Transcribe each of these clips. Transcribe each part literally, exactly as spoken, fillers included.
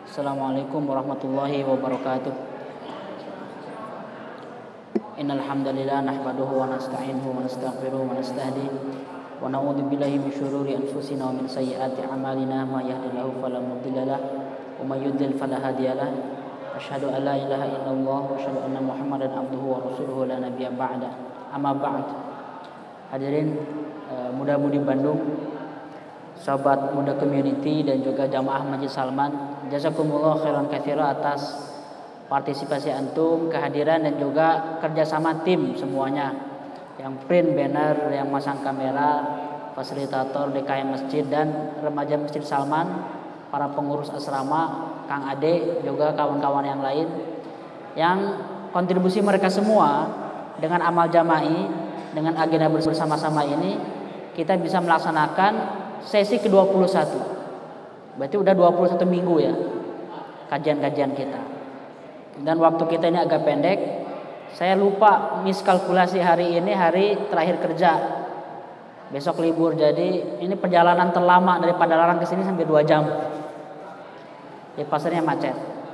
Assalamualaikum warahmatullahi wabarakatuh. Innal hamdalillah nahmaduhu wa nasta'inuhu wa nastaghfiruhu wa nastahdihi wa na'udzu billahi min shururi anfusina wa min sayyiati a'malina may yahdihillahu fala mudilla lahu wa may yudlil fala hadiyalah. Asyhadu an la ilaha illallah wa asyhadu anna Muhammadan abduhu wa rasuluhu la nabiyya ba'da. Amma ba'd. Hadirin uh, muda-mudi Bandung, sahabat muda community dan juga jamaah Masjid Salman, jazakumullah khairan katsira atas partisipasi antum, kehadiran dan juga kerjasama tim semuanya, yang print banner, yang masang kamera, fasilitator D K M Masjid dan remaja Masjid Salman, para pengurus asrama, Kang Ade, juga kawan-kawan yang lain, yang kontribusi mereka semua dengan amal jama'i, dengan agenda bersama-sama ini kita bisa melaksanakan sesi ke dua puluh satu. Berarti udah dua puluh satu minggu ya kajian-kajian kita. Dan waktu kita ini agak pendek. Saya lupa miskalkulasi hari ini hari terakhir kerja. Besok libur, jadi ini perjalanan terlama dari Padalarang ke sini sampai dua jam. Di pasarnya macet.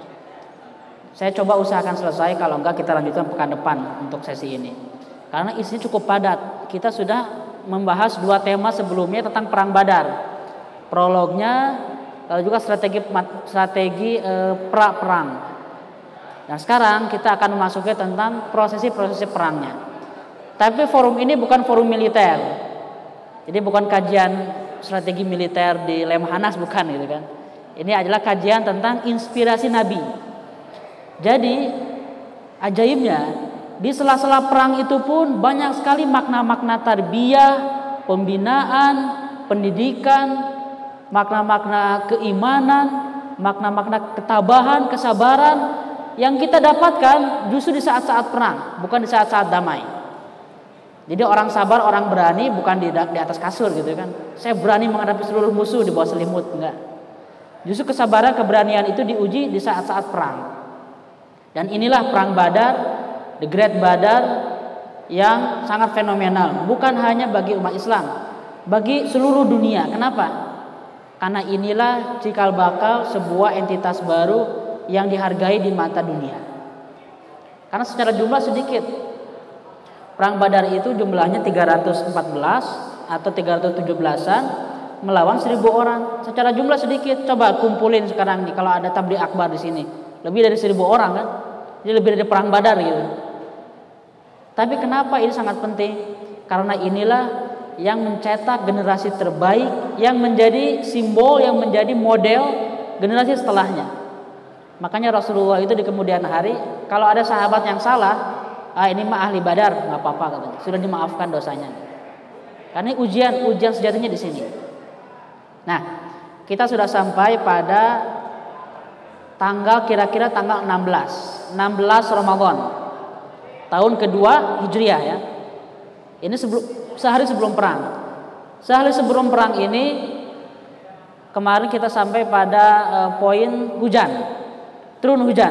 Saya coba usahakan selesai, kalau enggak kita lanjutkan pekan depan untuk sesi ini. Karena isinya cukup padat. Kita sudah membahas dua tema sebelumnya tentang perang Badar. Prolognya, lalu juga strategi strategi e, pra perang. Dan sekarang kita akan memasuki tentang prosesi-prosesi perangnya. Tapi forum ini bukan forum militer. Jadi bukan kajian strategi militer di Lemhanas, bukan gitu kan. Ini adalah kajian tentang inspirasi Nabi. Jadi ajaibnya, di sela-sela perang itu pun banyak sekali makna-makna tarbiyah, pembinaan, pendidikan, makna-makna keimanan, makna-makna ketabahan, kesabaran yang kita dapatkan justru di saat-saat perang, bukan di saat-saat damai. Jadi orang sabar, orang berani bukan di, di atas kasur gitu kan. Saya berani menghadapi seluruh musuh di bawah selimut, enggak. Justru kesabaran, keberanian itu diuji di saat-saat perang. Dan inilah perang Badar, The Great Badar, yang sangat fenomenal, bukan hanya bagi umat Islam, bagi seluruh dunia. Kenapa? Karena inilah cikal bakal sebuah entitas baru yang dihargai di mata dunia. Karena secara jumlah sedikit. Perang Badar itu jumlahnya tiga ratus empat belas atau tiga ratus tujuh belasan melawan seribu orang. Secara jumlah sedikit. Coba kumpulin sekarang nih, kalau ada tabligh akbar di sini, lebih dari seribu orang kan? Jadi lebih dari perang Badar gitu. Tapi kenapa ini sangat penting? Karena inilah yang mencetak generasi terbaik, yang menjadi simbol, yang menjadi model generasi setelahnya. Makanya Rasulullah itu di kemudian hari, kalau ada sahabat yang salah, ah ini mah ahli Badar, nggak apa-apa katanya, sudah dimaafkan dosanya. Karena ujian, ujian sejatinya di sini. Nah, kita sudah sampai pada tanggal kira-kira tanggal enam belas, enam belas Ramadan. Tahun kedua Hijriah ya. Ini sebelum, sehari sebelum perang. Sehari sebelum perang ini kemarin kita sampai pada uh, poin hujan. Turun hujan.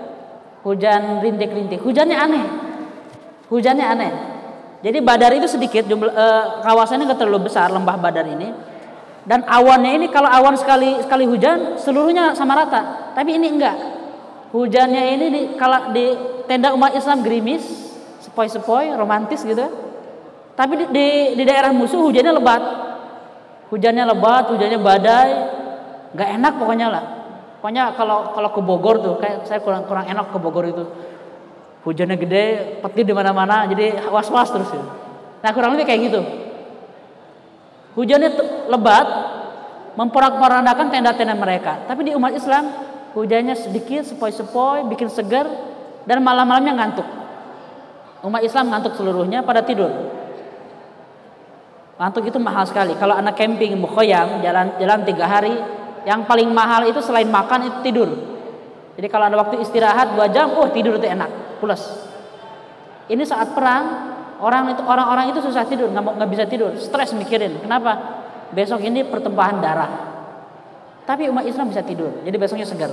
Hujan rintik-rintik. Hujannya aneh. Hujannya aneh. Jadi Badar itu sedikit jumlah, uh, kawasannya enggak terlalu besar, lembah Badar ini. Dan awannya ini, kalau awan sekali sekali hujan seluruhnya sama rata. Tapi ini enggak. Hujannya ini di, kalau di tenda umat Islam gerimis, sepoi-sepoi, romantis gitu. Tapi di, di, di daerah musuh hujannya lebat. Hujannya lebat, hujannya badai. Gak enak pokoknya lah. Pokoknya kalau kalau ke Bogor tuh, kayak saya kurang kurang enak ke Bogor itu. Hujannya gede, petir di mana-mana, jadi was-was terus ya. Nah, kurang lebih kayak gitu. Hujannya lebat, memporak-porandakan tenda-tenda mereka. Tapi di umat Islam hujannya sedikit, sepoi-sepoi, bikin segar, dan malam-malamnya ngantuk. Umat Islam ngantuk seluruhnya, pada tidur. Ngantuk itu mahal sekali. Kalau anak camping mukhoyam, jalan jalan tiga hari, yang paling mahal itu selain makan itu tidur. Jadi kalau ada waktu istirahat dua jam, oh tidur itu enak, pulas. Ini saat perang, orang itu orang-orang itu susah tidur, nggak nggak bisa tidur, stres mikirin. Kenapa? Besok ini pertumpahan darah. Tapi umat Islam bisa tidur, jadi besoknya segar.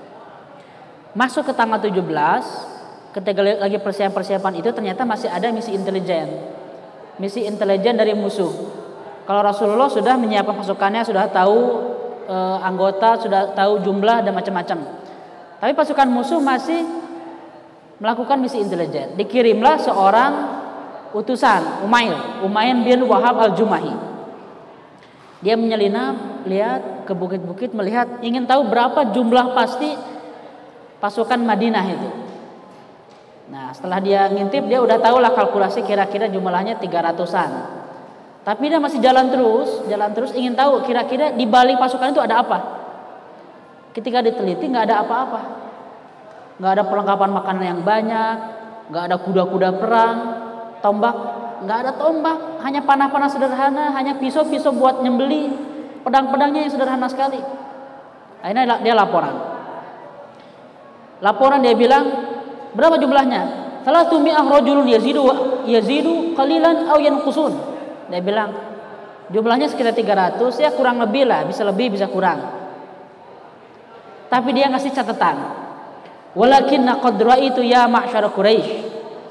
Masuk ke tanggal tujuh belas, ketika lagi persiapan-persiapan itu ternyata masih ada misi intelijen. Misi intelijen dari musuh. Kalau Rasulullah sudah menyiapkan pasukannya, sudah tahu e, anggota, sudah tahu jumlah dan macam-macam. Tapi pasukan musuh masih melakukan misi intelijen. Dikirimlah seorang utusan, Umair, Umair bin Wahab al-Jumahi. Dia menyelinap, lihat ke bukit-bukit, melihat, ingin tahu berapa jumlah pasti pasukan Madinah itu. Nah, setelah dia ngintip, dia udah tahu lah kalkulasi kira-kira jumlahnya tiga ratusan. Tapi dia masih jalan terus, jalan terus ingin tahu kira-kira di balik pasukan itu ada apa. Ketika diteliti nggak ada apa-apa, nggak ada perlengkapan makanan yang banyak, nggak ada kuda-kuda perang, tombak, nggak ada tombak, hanya panah-panah sederhana, hanya pisau-pisau buat nyembeli, pedang-pedangnya yang sederhana sekali. Akhirnya dia laporan. Laporan dia bilang, berapa jumlahnya? Salatu mi'ah rajulun yazidu yazidu qalilan aw yanqusun. Dia bilang jumlahnya sekitar tiga ratus, ya kurang lebih lah, bisa lebih bisa kurang. Tapi dia ngasih catatan. Walakinna qad ra'aitu ya ma'syar Quraisy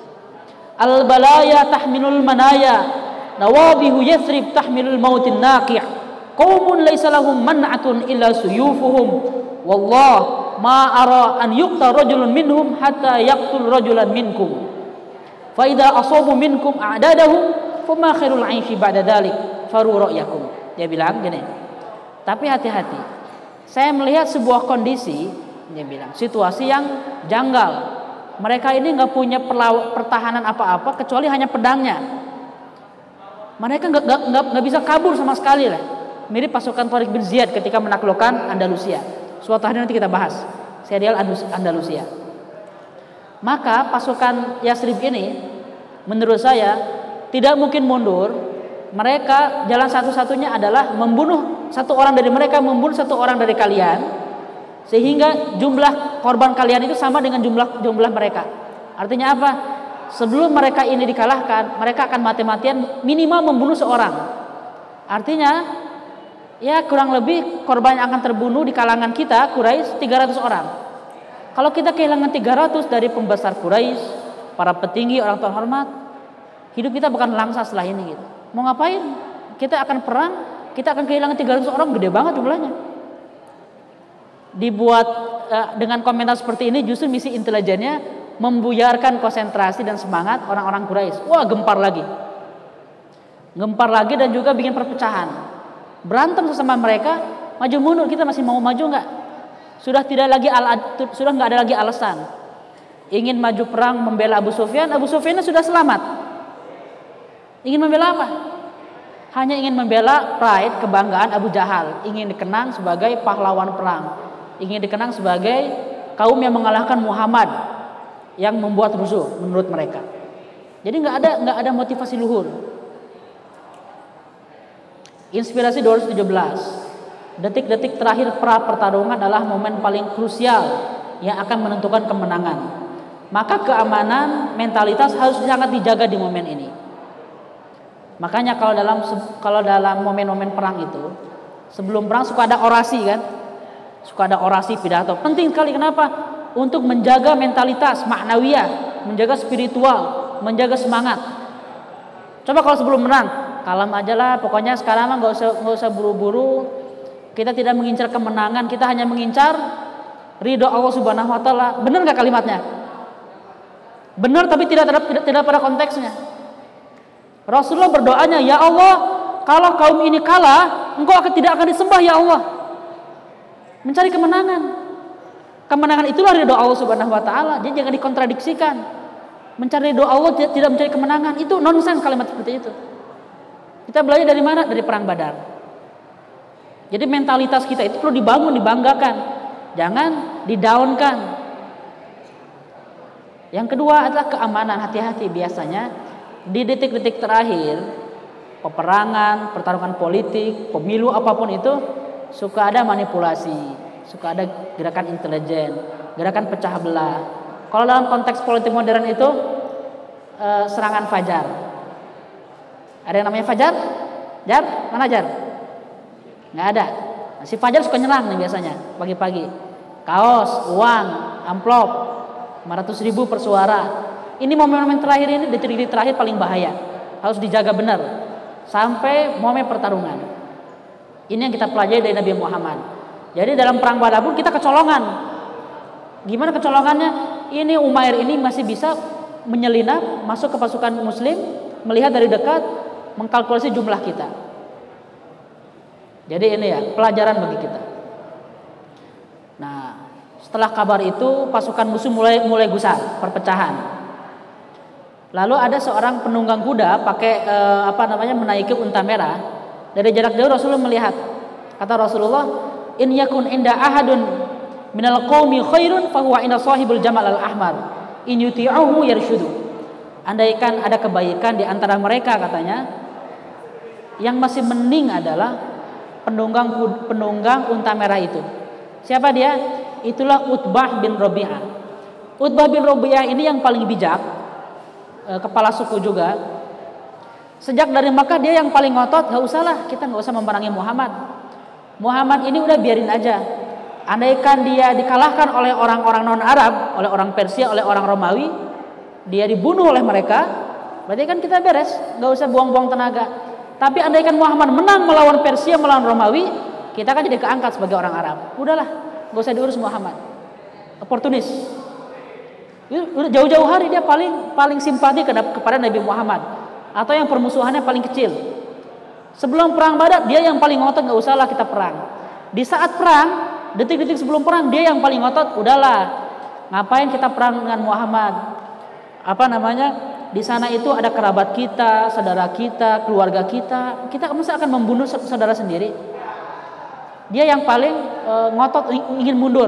al balaya tahmilul manaya nawabihu yathrib tahmilul mautin naqi' qaumun laysa lahum man'atun illa suyufuhum wallah ma ara an yuqta rajulun minhum hatta yaqtul rajulan minkum fa idza asabu minkum a'dadahum fama khairul 'aishi ba'da dzalik faru ra'yakum. Dia bilang gini, tapi hati-hati, saya melihat sebuah kondisi, dia bilang situasi yang janggal. Mereka ini nggak punya perlaw- pertahanan apa-apa kecuali hanya pedangnya. Mereka nggak nggak nggak bisa kabur sama sekali lah. Mirip pasukan Tariq bin Ziyad ketika menaklukkan Andalusia. Suatu hari nanti kita bahas serial Andalusia. Maka pasukan Yasrib ini menurut saya tidak mungkin mundur. Mereka jalan satu-satunya adalah membunuh satu orang dari mereka, membunuh satu orang dari kalian, sehingga jumlah korban kalian itu sama dengan jumlah jumlah mereka. Artinya apa? Sebelum mereka ini dikalahkan, mereka akan mati-matian minimal membunuh seorang. Artinya ya kurang lebih korban yang akan terbunuh di kalangan kita Quraisy tiga ratus orang. Kalau kita kehilangan tiga ratus dari pembesar Quraisy, para petinggi, orang terhormat, hidup kita bukan langsa setelah ini gitu. Mau ngapain? Kita akan perang, kita akan kehilangan tiga ratus orang, gede banget jumlahnya. Dibuat uh, dengan komentar seperti ini, justru misi intelijennya membuyarkan konsentrasi dan semangat orang-orang Quraisy. Wah, gempar lagi. Gempar lagi dan juga bikin perpecahan. Berantem sesama mereka, maju mundur, kita masih mau maju enggak? Sudah tidak lagi al sudah enggak ada lagi alasan. Ingin maju perang membela Abu Sufyan, Abu Sufyan sudah selamat. Ingin membela apa? Hanya ingin membela pride, kebanggaan Abu Jahal, ingin dikenang sebagai pahlawan perang, ingin dikenang sebagai kaum yang mengalahkan Muhammad yang membuat rusuh menurut mereka. Jadi nggak ada nggak ada motivasi luhur. Inspirasi dua ratus tujuh belas. Detik-detik terakhir pra pertarungan adalah momen paling krusial yang akan menentukan kemenangan. Maka keamanan mentalitas harus sangat dijaga di momen ini. Makanya kalau dalam kalau dalam momen-momen perang itu, sebelum perang suka ada orasi kan? Suka ada orasi, pidato. Penting sekali, kenapa? Untuk menjaga mentalitas maknawiyah, menjaga spiritual, menjaga semangat. Coba kalau sebelum perang, kalem aja lah, pokoknya sekarang mah nggak usah nggak usah buru-buru. Kita tidak mengincar kemenangan, kita hanya mengincar ridho Allah Subhanahu Wa Taala. Benar nggak kalimatnya? Benar, tapi tidak tidak tidak, tidak pada konteksnya. Rasulullah berdoanya, ya Allah, kalau kaum ini kalah, engkau akan tidak akan disembah ya Allah. Mencari kemenangan. Kemenangan itulah ridho Allah Subhanahu Wa Taala. Jadi jangan dikontradiksikan. Mencari ridho Allah tidak mencari kemenangan, itu nonsens kalimat seperti itu. Kita belajar dari mana? Dari perang Badar. Jadi mentalitas kita itu perlu dibangun, dibanggakan, jangan didaunkan. Yang kedua adalah keamanan. Hati-hati, biasanya di detik-detik terakhir peperangan, pertarungan politik, pemilu apapun itu suka ada manipulasi, suka ada gerakan intelijen, gerakan pecah belah. Kalau dalam konteks politik modern itu eh, serangan fajar. Ada yang namanya fajar? Jar? Mana Jar? Nggak ada. Nah, si fajar suka nyerang nih biasanya pagi-pagi. Kaos, uang, amplop, lima ratus ribu per suara. Ini momen-momen terakhir ini, detik-detik terakhir paling bahaya. Harus dijaga benar sampai momen pertarungan. Ini yang kita pelajari dari Nabi Muhammad. Jadi dalam perang Badar pun kita kecolongan. Gimana kecolongannya? Ini Umair ini masih bisa menyelinap masuk ke pasukan Muslim, melihat dari dekat, mengkalkulasi jumlah kita. Jadi ini ya pelajaran bagi kita. Nah, setelah kabar itu pasukan musuh mulai mulai gusar, perpecahan. Lalu ada seorang penunggang kuda pakai eh, apa namanya menaiki unta merah. Dari jarak jauh Rasulullah melihat. Kata Rasulullah, "In yakun inda ahadun minal qaumi khairun fahuwa inda sahibul jamal al-ahmar. In yuti'uhu yarshudu." Andaikan ada kebaikan di antara mereka katanya, yang masih mending adalah penunggang penunggang unta merah itu. Siapa dia? Itulah Utbah bin Rabi'ah. Utbah bin Rabi'ah ini yang paling bijak, kepala suku juga. Sejak dari Makkah dia yang paling ngotot, gak usahlah kita gak usah memerangi Muhammad. Muhammad ini udah biarin aja. Andaikan dia dikalahkan oleh orang-orang non Arab, oleh orang Persia, oleh orang Romawi, dia dibunuh oleh mereka, berarti kan kita beres, gak usah buang-buang tenaga. Tapi andaikan Muhammad menang melawan Persia, melawan Romawi, kita kan jadi keangkat sebagai orang Arab. Udahlah, gak usah diurus Muhammad. Oportunis. Udah jauh-jauh hari dia paling paling simpati kepada Nabi Muhammad, atau yang permusuhannya paling kecil. Sebelum perang Badar dia yang paling ngotot, nggak usahlah kita perang. Di saat perang, detik-detik sebelum perang dia yang paling ngotot, udahlah ngapain kita perang dengan Muhammad? Apa namanya? Di sana itu ada kerabat kita, saudara kita, keluarga kita. Kita masa akan membunuh saudara sendiri? Dia yang paling e, ngotot ingin mundur.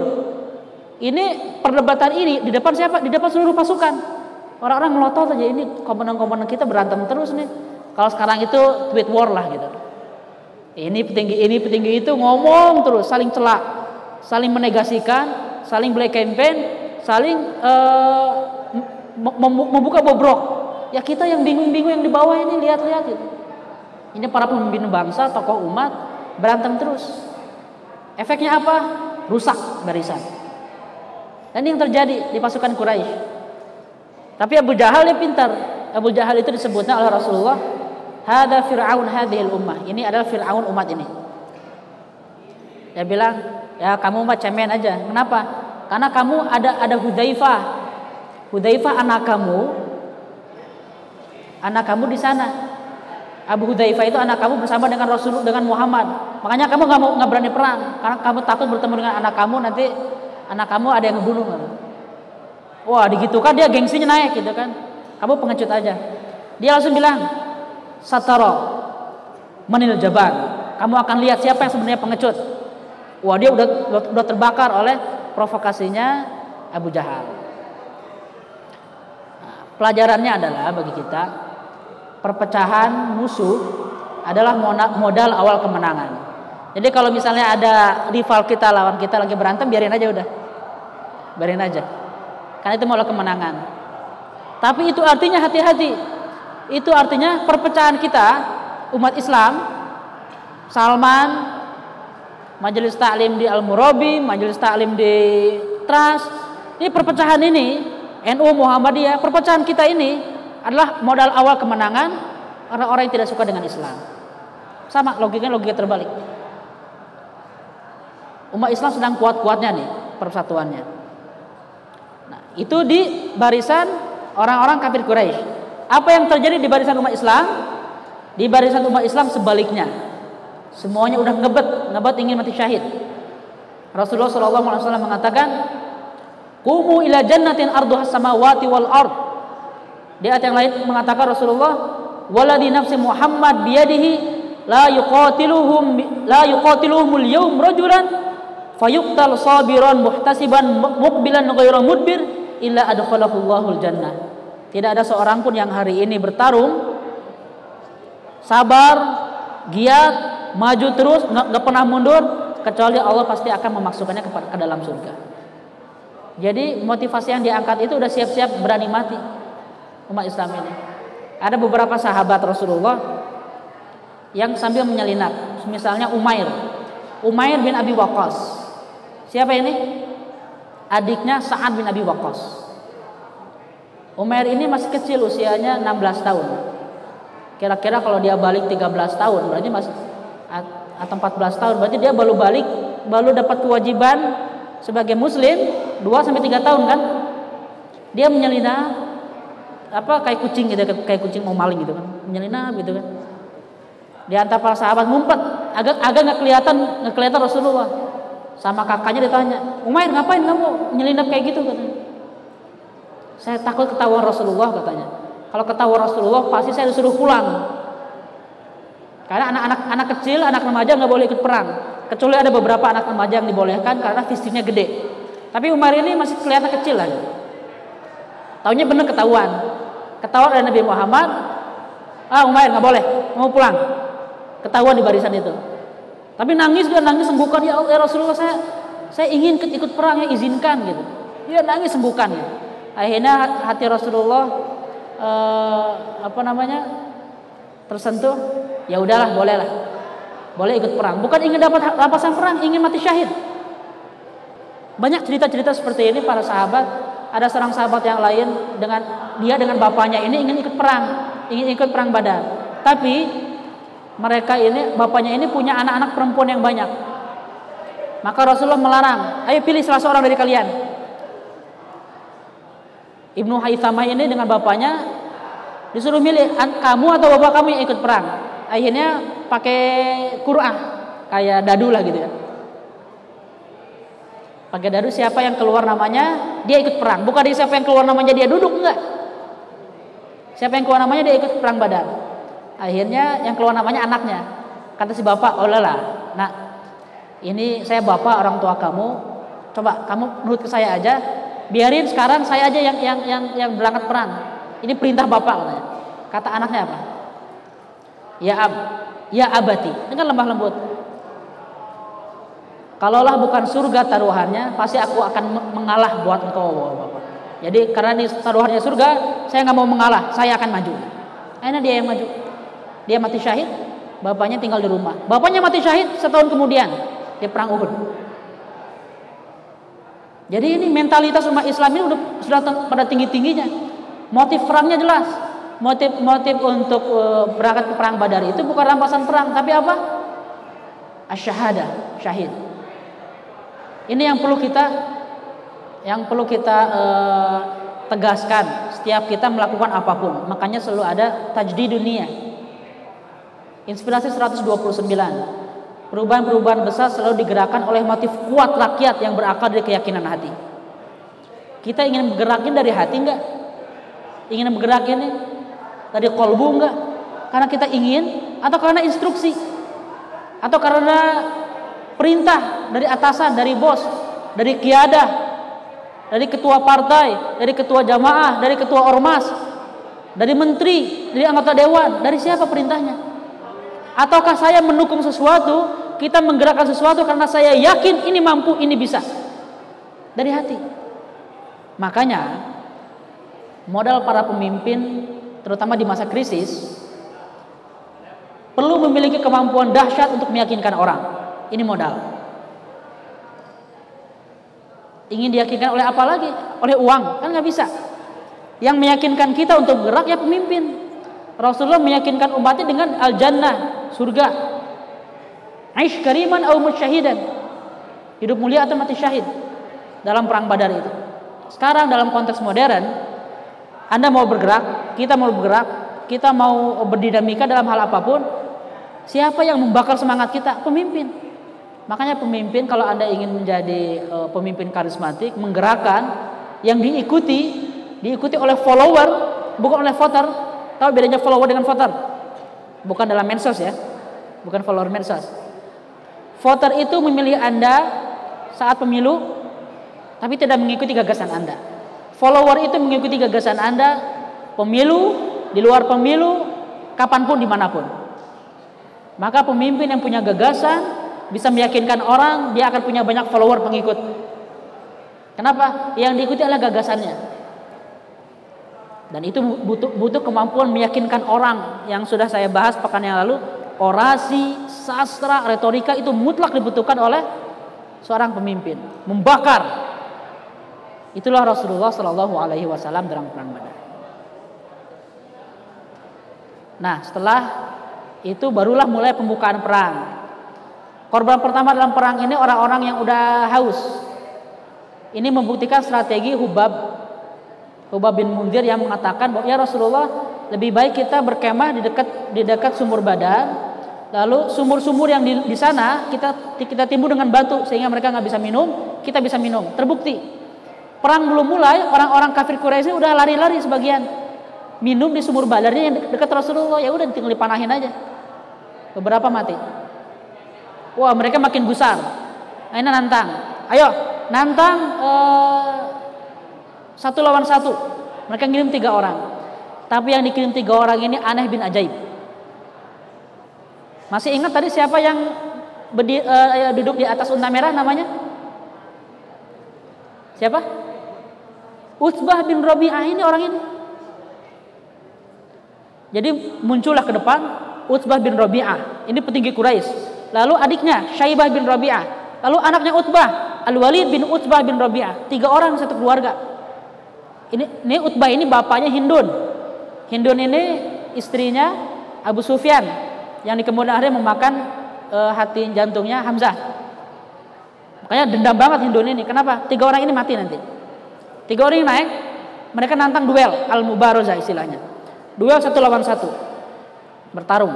Ini perdebatan ini di depan siapa? Di depan seluruh pasukan. Orang-orang melotot aja, ini komandan-komandan kita berantem terus nih. Kalau sekarang itu tweet war lah gitu. Ini petinggi ini petinggi itu ngomong terus, saling celak, saling menegasikan, saling black campaign, saling uh, membuka bobrok. Ya kita yang bingung-bingung yang di bawah ini lihat-lihat gitu. Ini para pemimpin bangsa, tokoh umat berantem terus. Efeknya apa? Rusak barisan. Dan ini yang terjadi di pasukan Quraisy. Tapi Abu Jahal dia pintar. Abu Jahal itu disebutnya oleh Rasulullah, hada fir'aun hadhil ummah. Ini adalah Fir'aun umat ini. Dia bilang, ya kamu mah cemen aja. Kenapa? Karena kamu ada ada Hudzaifah. Hudzaifah anak kamu, anak kamu di sana. Abu Hudzaifah itu anak kamu bersama dengan Rasul dengan Muhammad. Makanya kamu nggak mau nggak berani perang karena kamu takut bertemu dengan anak kamu, nanti anak kamu ada yang ngebunuh. Wah, digitu kan dia gengsinya naik gitu kan. Kamu pengecut aja. Dia langsung bilang, satara manil jaban. Kamu akan lihat siapa yang sebenarnya pengecut. Wah, dia udah udah terbakar oleh provokasinya Abu Jahal. Nah, pelajarannya adalah bagi kita, perpecahan musuh adalah modal awal kemenangan. Jadi kalau misalnya ada rival kita lawan kita lagi berantem, biarin aja udah. Biarin aja. Karena itu modal kemenangan. Tapi itu artinya hati-hati. Itu artinya perpecahan kita umat Islam, Salman, majelis taklim di Al-Murabi, majelis taklim di Trans, ini perpecahan ini N U Muhammadiyah, perpecahan kita ini adalah modal awal kemenangan orang-orang yang tidak suka dengan Islam. Sama logikanya logika terbalik. Umat Islam sedang kuat-kuatnya nih persatuannya. Nah, itu di barisan orang-orang kafir Quraisy. Apa yang terjadi di barisan umat Islam? Di barisan umat Islam sebaliknya. Semuanya udah ngebet, ngebet ingin mati syahid. Rasulullah shallallahu alaihi wasallam mengatakan, "Qumu ila jannatin arduhas samawati wal ard." Di ayat yang lain mengatakan Rasulullah, "Walladzi nafsi Muhammad biyadihi la yuqatiluhum la yuqatiluhumul yawm rajulan fayuqtal sabiran muhtasiban muqbilan ghairu mudbir illa adkhalahu Allahul jannah." Tidak ada seorang pun yang hari ini bertarung sabar, giat, maju terus, nggak pernah mundur, kecuali Allah pasti akan memasukkannya ke, ke dalam surga. Jadi motivasi yang diangkat itu udah siap-siap berani mati umat Islam ini. Ada beberapa sahabat Rasulullah yang sambil menyelinap, misalnya Umair, Umair bin Abi Waqqas. Siapa ini? Adiknya Sa'ad bin Abi Waqqas. Umair ini masih kecil, usianya enam belas tahun. Kira-kira kalau dia balik tiga belas tahun, berarti masih atau empat belas tahun, berarti dia baru balik, baru dapat kewajiban sebagai muslim dua sampai tiga tahun kan. Dia menyelinap apa kayak kucing gitu, kayak kucing mau maling gitu kan, menyelinap gitu kan. Di antara para sahabat ngumpet, agak agak nggak kelihatan nggak kelihatan Rasulullah. Sama kakaknya ditanya, Umair ngapain kamu menyelinap kayak gitu katanya. Saya takut ketahuan Rasulullah katanya. Kalau ketahuan Rasulullah pasti saya disuruh pulang. Karena anak-anak anak kecil, anak remaja nggak boleh ikut perang. Kecuali ada beberapa anak remaja yang dibolehkan karena fisiknya gede. Tapi Umar ini masih kelihatan kecil lah. Taunya bener ketahuan. Ketahuan oleh Nabi Muhammad, ah Umair nggak boleh, mau pulang. Ketahuan di barisan itu. Tapi nangis dia nangis sembuhkan ya Allah ya Rasulullah, saya saya ingin ikut perang ya izinkan gitu. Dia nangis sembuhkan ya. Akhirnya hati Rasulullah eh, apa namanya tersentuh. Ya udahlah bolehlah, boleh ikut perang. Bukan ingin dapat rampasan perang, ingin mati syahid. Banyak cerita-cerita seperti ini para sahabat. Ada seorang sahabat yang lain dengan dia dengan bapaknya ini ingin ikut perang, ingin ikut perang Badar. Tapi mereka ini bapaknya ini punya anak-anak perempuan yang banyak. Maka Rasulullah melarang, ayo pilih salah seorang dari kalian. Ibnu Haythamah ini dengan bapaknya disuruh milih kamu atau bapak kamu yang ikut perang. Akhirnya pakai Qur'ah kayak dadu lah gitu ya. Pakai dadu siapa yang keluar namanya dia ikut perang. Bukan dia siapa yang keluar namanya dia duduk, enggak. Siapa yang keluar namanya dia ikut perang Badar. Akhirnya yang keluar namanya anaknya. Kata si bapak, "Oh lah, nak, ini saya bapak orang tua kamu. Coba kamu nurut ke saya aja. Biarin sekarang saya aja yang yang yang yang berangkat perang. Ini perintah bapak," katanya. Kata anaknya apa? "Ya ab, ya abati." Ini kan lemah lembut. Kalaulah bukan surga taruhannya, pasti aku akan mengalah buat engkau bapak. Jadi karena ini taruhannya surga, saya nggak mau mengalah, saya akan maju. Akhirnya dia yang maju. Dia mati syahid, bapaknya tinggal di rumah. Bapaknya mati syahid setahun kemudian di perang Uhud. Jadi ini mentalitas umat Islam ini udah sudah pada tinggi-tingginya. Motif perangnya jelas. Motif-motif untuk uh, berangkat ke perang Badar itu bukan rampasan perang, tapi apa? Asyhadah, syahid. Ini yang perlu kita yang perlu kita uh, tegaskan setiap kita melakukan apapun. Makanya selalu ada tajdid dunia. Inspirasi seratus dua puluh sembilan. Perubahan-perubahan besar selalu digerakkan oleh motif kuat rakyat yang berakar dari keyakinan hati. Kita ingin bergerakin dari hati enggak? Ingin bergerakin dari kolbu enggak? Karena kita ingin atau karena instruksi? Atau karena perintah dari atasan, dari bos, dari qiyadah, dari ketua partai, dari ketua jamaah, dari ketua ormas, dari menteri, dari anggota dewan, dari siapa perintahnya? Ataukah saya mendukung sesuatu, kita menggerakkan sesuatu karena saya yakin ini mampu, ini bisa? Dari hati. Makanya modal para pemimpin terutama di masa krisis perlu memiliki kemampuan dahsyat untuk meyakinkan orang. Ini modal. Ingin diyakinkan oleh apa lagi? Oleh uang, kan nggak bisa. Yang meyakinkan kita untuk gerak ya pemimpin. Rasulullah meyakinkan umatnya dengan al-jannah, surga. Aish kariman au musyahidan. Hidup mulia atau mati syahid dalam perang Badar itu. Sekarang dalam konteks modern, Anda mau bergerak, kita mau bergerak, kita mau berdinamika dalam hal apapun, siapa yang membakar semangat kita? Pemimpin. Makanya pemimpin kalau Anda ingin menjadi uh, pemimpin karismatik, menggerakkan yang diikuti, diikuti oleh follower, bukan oleh voter. Tahu bedanya follower dengan voter? Bukan dalam medsos ya, bukan follower medsos. Voter itu memilih Anda saat pemilu, tapi tidak mengikuti gagasan Anda. Follower itu mengikuti gagasan Anda, pemilu, di luar pemilu, kapanpun, dimanapun. Maka pemimpin yang punya gagasan bisa meyakinkan orang, dia akan punya banyak follower pengikut. Kenapa? Yang diikuti adalah gagasannya. Dan itu butuh butuh kemampuan meyakinkan orang yang sudah saya bahas pekan yang lalu. Orasi, sastra, retorika itu mutlak dibutuhkan oleh seorang pemimpin. Membakar. Itulah Rasulullah Shallallahu Alaihi Wasallam dalam perang Badar. Nah, setelah itu barulah mulai pembukaan perang. Korban pertama dalam perang ini orang-orang yang udah haus. Ini membuktikan strategi Hubab Hubab bin Munzir yang mengatakan bahwa ya Rasulullah, lebih baik kita berkemah di dekat di dekat sumur Badan, lalu sumur-sumur yang di, di sana kita kita timbun dengan batu sehingga mereka nggak bisa minum, kita bisa minum. Terbukti perang belum mulai, orang-orang kafir Quraisy udah lari-lari sebagian minum di sumur Badarnya yang dekat Rasulullah. Ya udah tinggal dipanahin aja, beberapa mati. Wah, mereka makin gusar. Nah, ini nantang, ayo nantang eh, satu lawan satu. Mereka ngirim tiga orang. Tapi yang dikirim tiga orang ini aneh bin ajaib. Masih ingat tadi siapa yang bedi, uh, duduk di atas unta merah namanya? Siapa? Utsbah bin Rabi'ah, ini orang ini. Jadi muncullah ke depan Utsbah bin Rabi'ah. Ini petinggi Quraisy. Lalu adiknya Syaibah bin Rabi'ah. Lalu anaknya Utbah, Al-Walid bin Utsbah bin Rabi'ah. Tiga orang satu keluarga. Ini, ini Utbah ini bapaknya Hindun. Hindun ini istrinya Abu Sufyan yang di kemudian hari memakan e, hati jantungnya Hamzah. Makanya dendam banget Hindun ini. Kenapa? Tiga orang ini mati nanti. Tiga orang ini naik, mereka nantang duel al-mubarazah istilahnya. Duel satu lawan satu, bertarung.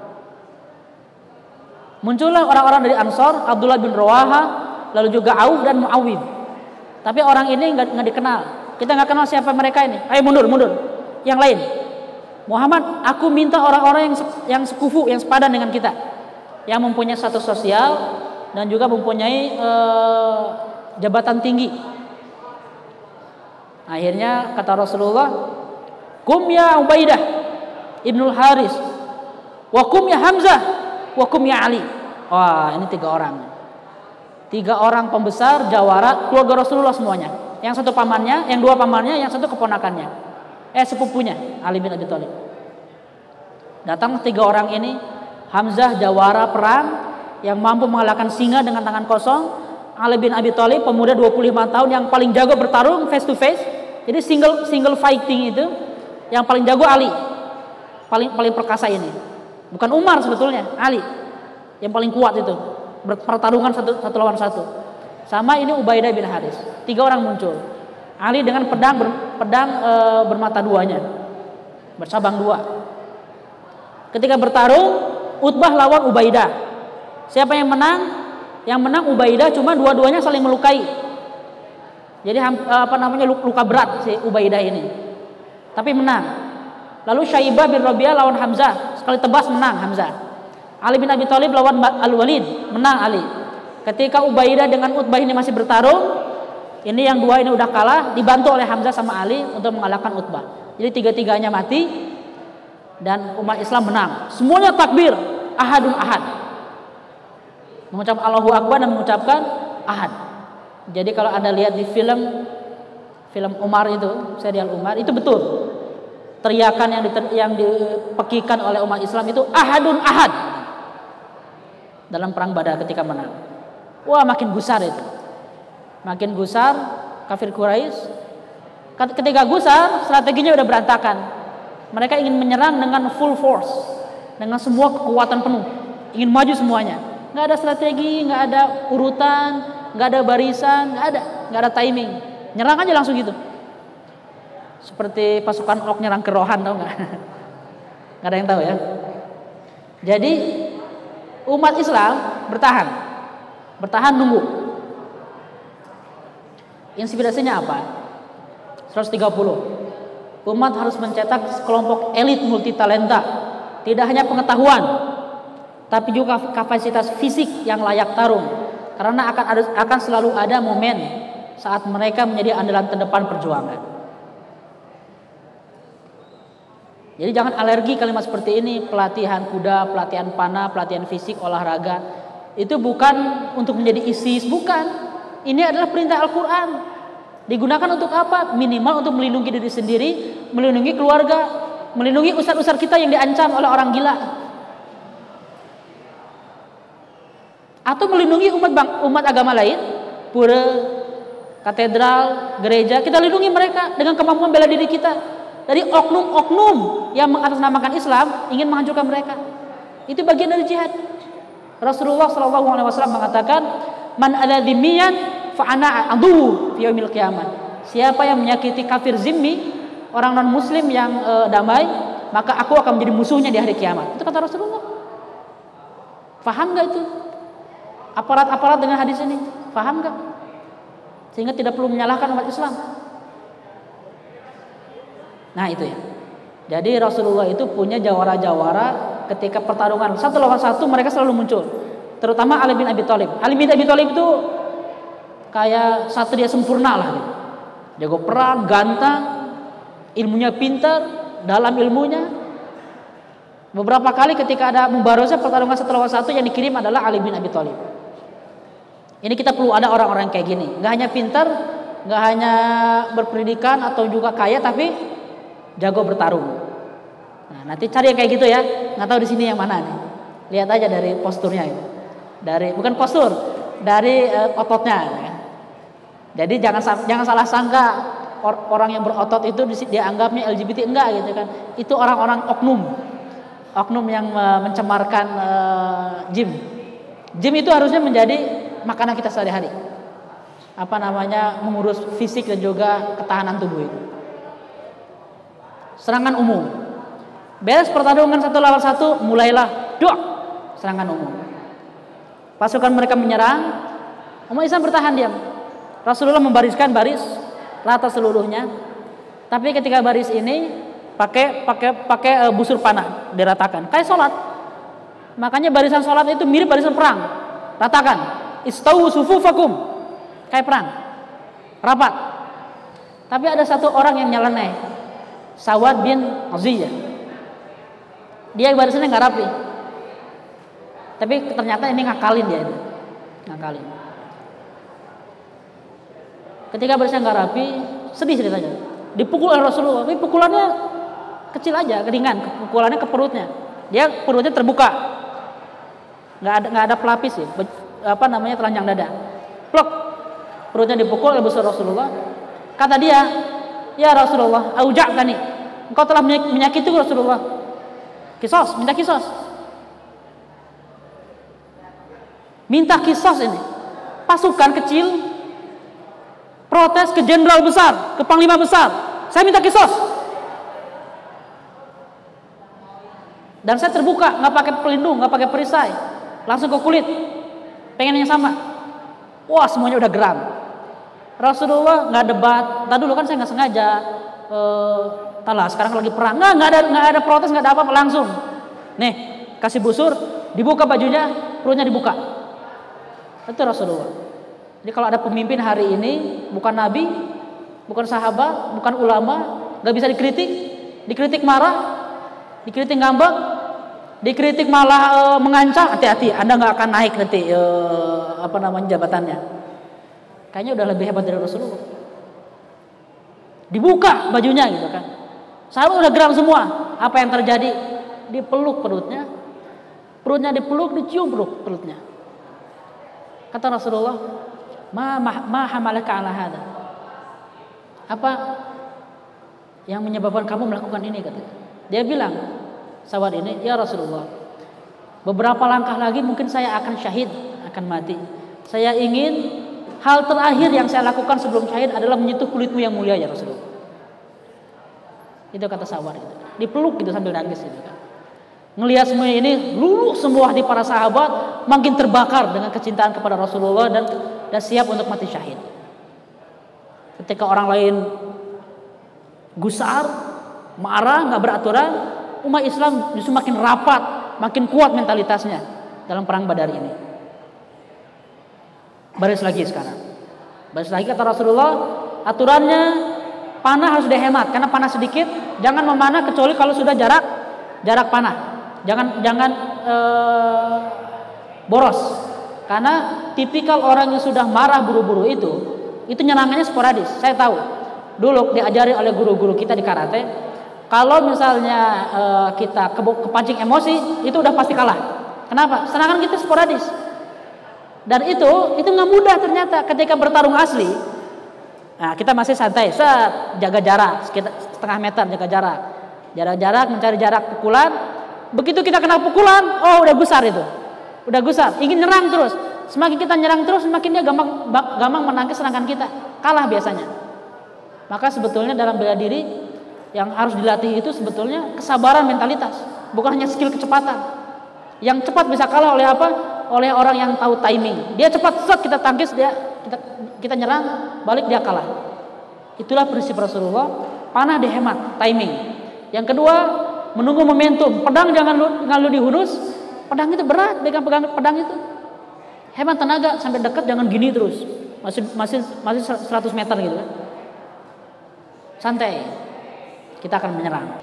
Muncullah orang-orang dari Ansor, Abdullah bin Rawaha, lalu juga Auf dan Muawid. Tapi orang ini nggak nggak dikenal. Kita nggak kenal siapa mereka ini. Ayo mundur, mundur. Yang lain, Muhammad, aku minta orang-orang yang yang sekufu, yang sepadan dengan kita, yang mempunyai status sosial dan juga mempunyai eh, jabatan tinggi. Akhirnya kata Rasulullah, kum ya Ubaidah ibnul Haris, wa kum ya Hamzah, wa kum ya Ali. Wah, ini tiga orang. Tiga orang pembesar jawara keluarga Rasulullah semuanya. Yang satu pamannya, yang dua pamannya, yang satu keponakannya. Eh sepupunya Ali bin Abi Thalib. Datang tiga orang ini, Hamzah jawara perang yang mampu mengalahkan singa dengan tangan kosong. Ali bin Abi Thalib pemuda dua puluh lima tahun yang paling jago bertarung face to face. Jadi single single fighting itu yang paling jago Ali. Paling paling perkasa ini. Bukan Umar sebetulnya, Ali. Yang paling kuat itu. Pertarungan satu satu lawan satu. Sama ini Ubaidah bin Haris. Tiga orang muncul. Ali dengan pedang ber, pedang e, bermata duanya, bersabang dua. Ketika bertarung, Utbah lawan Ubaidah. Siapa yang menang? Yang menang Ubaidah, cuma dua-duanya saling melukai. Jadi apa namanya luka berat si Ubaidah ini. Tapi menang. Lalu Syaibah bin Rabi'ah lawan Hamzah, sekali tebas menang Hamzah. Ali bin Abi Thalib lawan Al-Walid, menang Ali. Ketika Ubaidah dengan Utbah ini masih bertarung, ini yang dua ini udah kalah, dibantu oleh Hamzah sama Ali untuk mengalahkan Utbah. Jadi tiga-tiganya mati dan umat Islam menang. Semuanya takbir, ahadun ahad. Mengucapkan Allahu Akbar dan mengucapkan ahad. Jadi kalau Anda lihat di film film Umar itu, serial Umar, itu betul. Teriakan yang diter, yang dipekikan oleh umat Islam itu ahadun ahad. Dalam perang Badar ketika menang. Wah, makin gusar itu. Makin gusar kafir Quraisy. Ketika gusar, strateginya udah berantakan. Mereka ingin menyerang dengan full force, dengan semua kekuatan penuh, ingin maju semuanya. Nggak ada strategi, nggak ada urutan, nggak ada barisan, nggak ada, nggak ada timing. Nyerang aja langsung gitu. Seperti pasukan Ork nyerang ke Rohan, tau nggak? Nggak ada yang tahu ya. Jadi umat Islam bertahan, bertahan nunggu. Inspirasinya apa? seratus tiga puluh. Umat harus mencetak kelompok elit multitalenta. Tidak hanya pengetahuan, tapi juga kapasitas fisik yang layak tarung. Karena akan ada, akan selalu ada momen saat mereka menjadi andalan terdepan perjuangan. Jadi jangan alergi kalimat seperti ini. Pelatihan kuda, pelatihan panah, pelatihan fisik, olahraga, itu bukan untuk menjadi ISIS, bukan. Ini adalah perintah Al-Quran. Digunakan untuk apa? Minimal untuk melindungi diri sendiri, melindungi keluarga, melindungi ustaz-ustaz kita yang diancam oleh orang gila, atau melindungi umat bang, umat agama lain, pura, katedral, gereja. Kita lindungi mereka dengan kemampuan bela diri kita dari oknum-oknum yang mengatasnamakan Islam ingin menghancurkan mereka. Itu bagian dari jihad. Rasulullah shallallahu alaihi wasallam mengatakan, "Man adza dzimmiyan fa ana aduhu fi yaumil qiyamah." Siapa yang menyakiti kafir zimmi, orang non muslim yang e, damai, maka aku akan menjadi musuhnya di hari kiamat. Itu kata Rasulullah. Faham gak itu? Aparat-aparat dengan hadis ini, faham gak? Sehingga tidak perlu menyalahkan umat Islam. Nah itu ya. Jadi Rasulullah itu punya jawara-jawara ketika pertarungan satu lawan satu, mereka selalu muncul. Terutama Ali bin Abi Thalib. Ali bin Abi Thalib itu kayak satria sempurna lah gitu. Jago perang, ganteng, ilmunya pintar, dalam ilmunya. Beberapa kali ketika ada mubarozah pertarungan satu lawan satu, yang dikirim adalah Ali bin Abi Thalib. Ini kita perlu ada orang-orang kayak gini. Gak hanya pintar, gak hanya berpendidikan atau juga kaya, tapi jago bertarung. Nah, nanti cari yang kayak gitu ya. Nggak tahu di sini yang mana nih. Lihat aja dari posturnya itu. Dari bukan postur, dari uh, ototnya. Ya. Jadi jangan jangan salah sangka or, orang yang berotot itu dianggapnya L G B T, enggak gitu kan. Itu orang-orang oknum. Oknum yang uh, mencemarkan uh, gym. Gym itu harusnya menjadi makanan kita sehari-hari. Apa namanya? Mengurus fisik dan juga ketahanan tubuh itu. Serangan umum. Beres pertarungan satu lawan satu, mulailah doa serangan umum. Pasukan mereka menyerang, umat Islam bertahan diam. Rasulullah membariskan baris rata seluruhnya. Tapi ketika baris ini pakai pakai pakai uh, busur panah diratakan, kayak sholat. Makanya barisan sholat itu mirip barisan perang, ratakan. Istawu sufufakum, kayak perang, rapat. Tapi ada satu orang yang nyeleneh, Sawad bin Aziyah. Dia barisannya nggak rapi. Tapi ternyata ini ngakalin dia itu. Ngakalin. Ketika barisannya nggak rapi, sedih ceritanya. Dipukul oleh Rasulullah. Tapi pukulannya kecil aja, ringan. Pukulannya ke perutnya. Dia perutnya terbuka. Nggak ada nggak ada pelapis ya. Apa namanya, telanjang dada. Plok. Perutnya dipukul oleh busur Rasulullah. Kata dia, "Ya Rasulullah, auja'tani. Engkau telah menyakiti Rasulullah. Kisos, minta kisos. Minta kisos ini. Pasukan kecil protes ke jenderal besar, ke panglima besar. Saya minta kisos. Dan saya terbuka, nggak pakai pelindung, nggak pakai perisai, langsung ke kulit. Pengen yang sama." Wah, semuanya udah geram. Rasulullah nggak debat. Tadi dulu kan saya nggak sengaja. Uh, Talah, sekarang lagi perang. Nggak, nggak ada, nggak ada protes, nggak ada apa-apa, langsung. Nih, kasih busur, dibuka bajunya, perutnya dibuka. Itu Rasulullah. Jadi kalau ada pemimpin hari ini, bukan nabi, bukan sahabat, bukan ulama, nggak bisa dikritik, dikritik marah, dikritik ngambek, dikritik malah e, mengancam, hati-hati, Anda nggak akan naik nanti e, apa namanya jabatannya. Kayaknya udah lebih hebat dari Rasulullah. Dibuka bajunya gitu kan. Sahabat udah geram semua. Apa yang terjadi? Dipeluk perutnya, perutnya dipeluk, dicium perut perutnya. Kata Rasulullah, ma ma, ma hamalaka ala hada. Apa yang menyebabkan kamu melakukan ini? Kata dia. Bilang, sahabat ini, "Ya Rasulullah, beberapa langkah lagi mungkin saya akan syahid, akan mati. Saya ingin hal terakhir yang saya lakukan sebelum syahid adalah menyentuh kulitmu yang mulia, ya Rasulullah." Itu kata sahabat itu. Dipeluk gitu sambil nangis gitu kan. Ngelihat semua ini, luluh semua di para sahabat, makin terbakar dengan kecintaan kepada Rasulullah dan dan siap untuk mati syahid. Ketika orang lain gusar, marah, nggak beraturan, umat Islam justru makin rapat, makin kuat mentalitasnya dalam perang Badar ini. Baris lagi sekarang. Baris lagi kata Rasulullah, aturannya panah harus dihemat karena panah sedikit, jangan memanah kecuali kalau sudah jarak jarak panah. Jangan jangan ee, boros. Karena tipikal orang yang sudah marah buru-buru itu, itu nyerangannya sporadis. Saya tahu. Dulu diajari oleh guru-guru kita di karate, kalau misalnya e, kita kepancing emosi, itu udah pasti kalah. Kenapa? Serangan kita sporadis. Dan itu itu nggak mudah ternyata ketika bertarung asli. Nah, kita masih santai, set, jaga jarak sekitar setengah meter, jaga jarak, jarak-jarak mencari jarak pukulan. Begitu kita kena pukulan, oh udah besar itu. Udah gusar, ingin nyerang terus. Semakin kita nyerang terus, semakin dia gampang gampang menangkis serangan kita. Kalah biasanya. Maka sebetulnya dalam bela diri yang harus dilatih itu sebetulnya kesabaran mentalitas, bukan hanya skill kecepatan. Yang cepat bisa kalah oleh apa? Oleh orang yang tahu timing. Dia cepat, set kita tangkis, dia kita kita nyerang, balik dia kalah. Itulah prinsip Rasulullah, panah dihemat, timing. Yang kedua, menunggu momentum. Pedang jangan lu, jangan lu dihunus. Pedang itu berat, pegang pegang pedang itu. Hemat tenaga, sampai dekat jangan gini terus. Masih masih masih seratus meter gitu kan. Santai. Kita akan menyerang.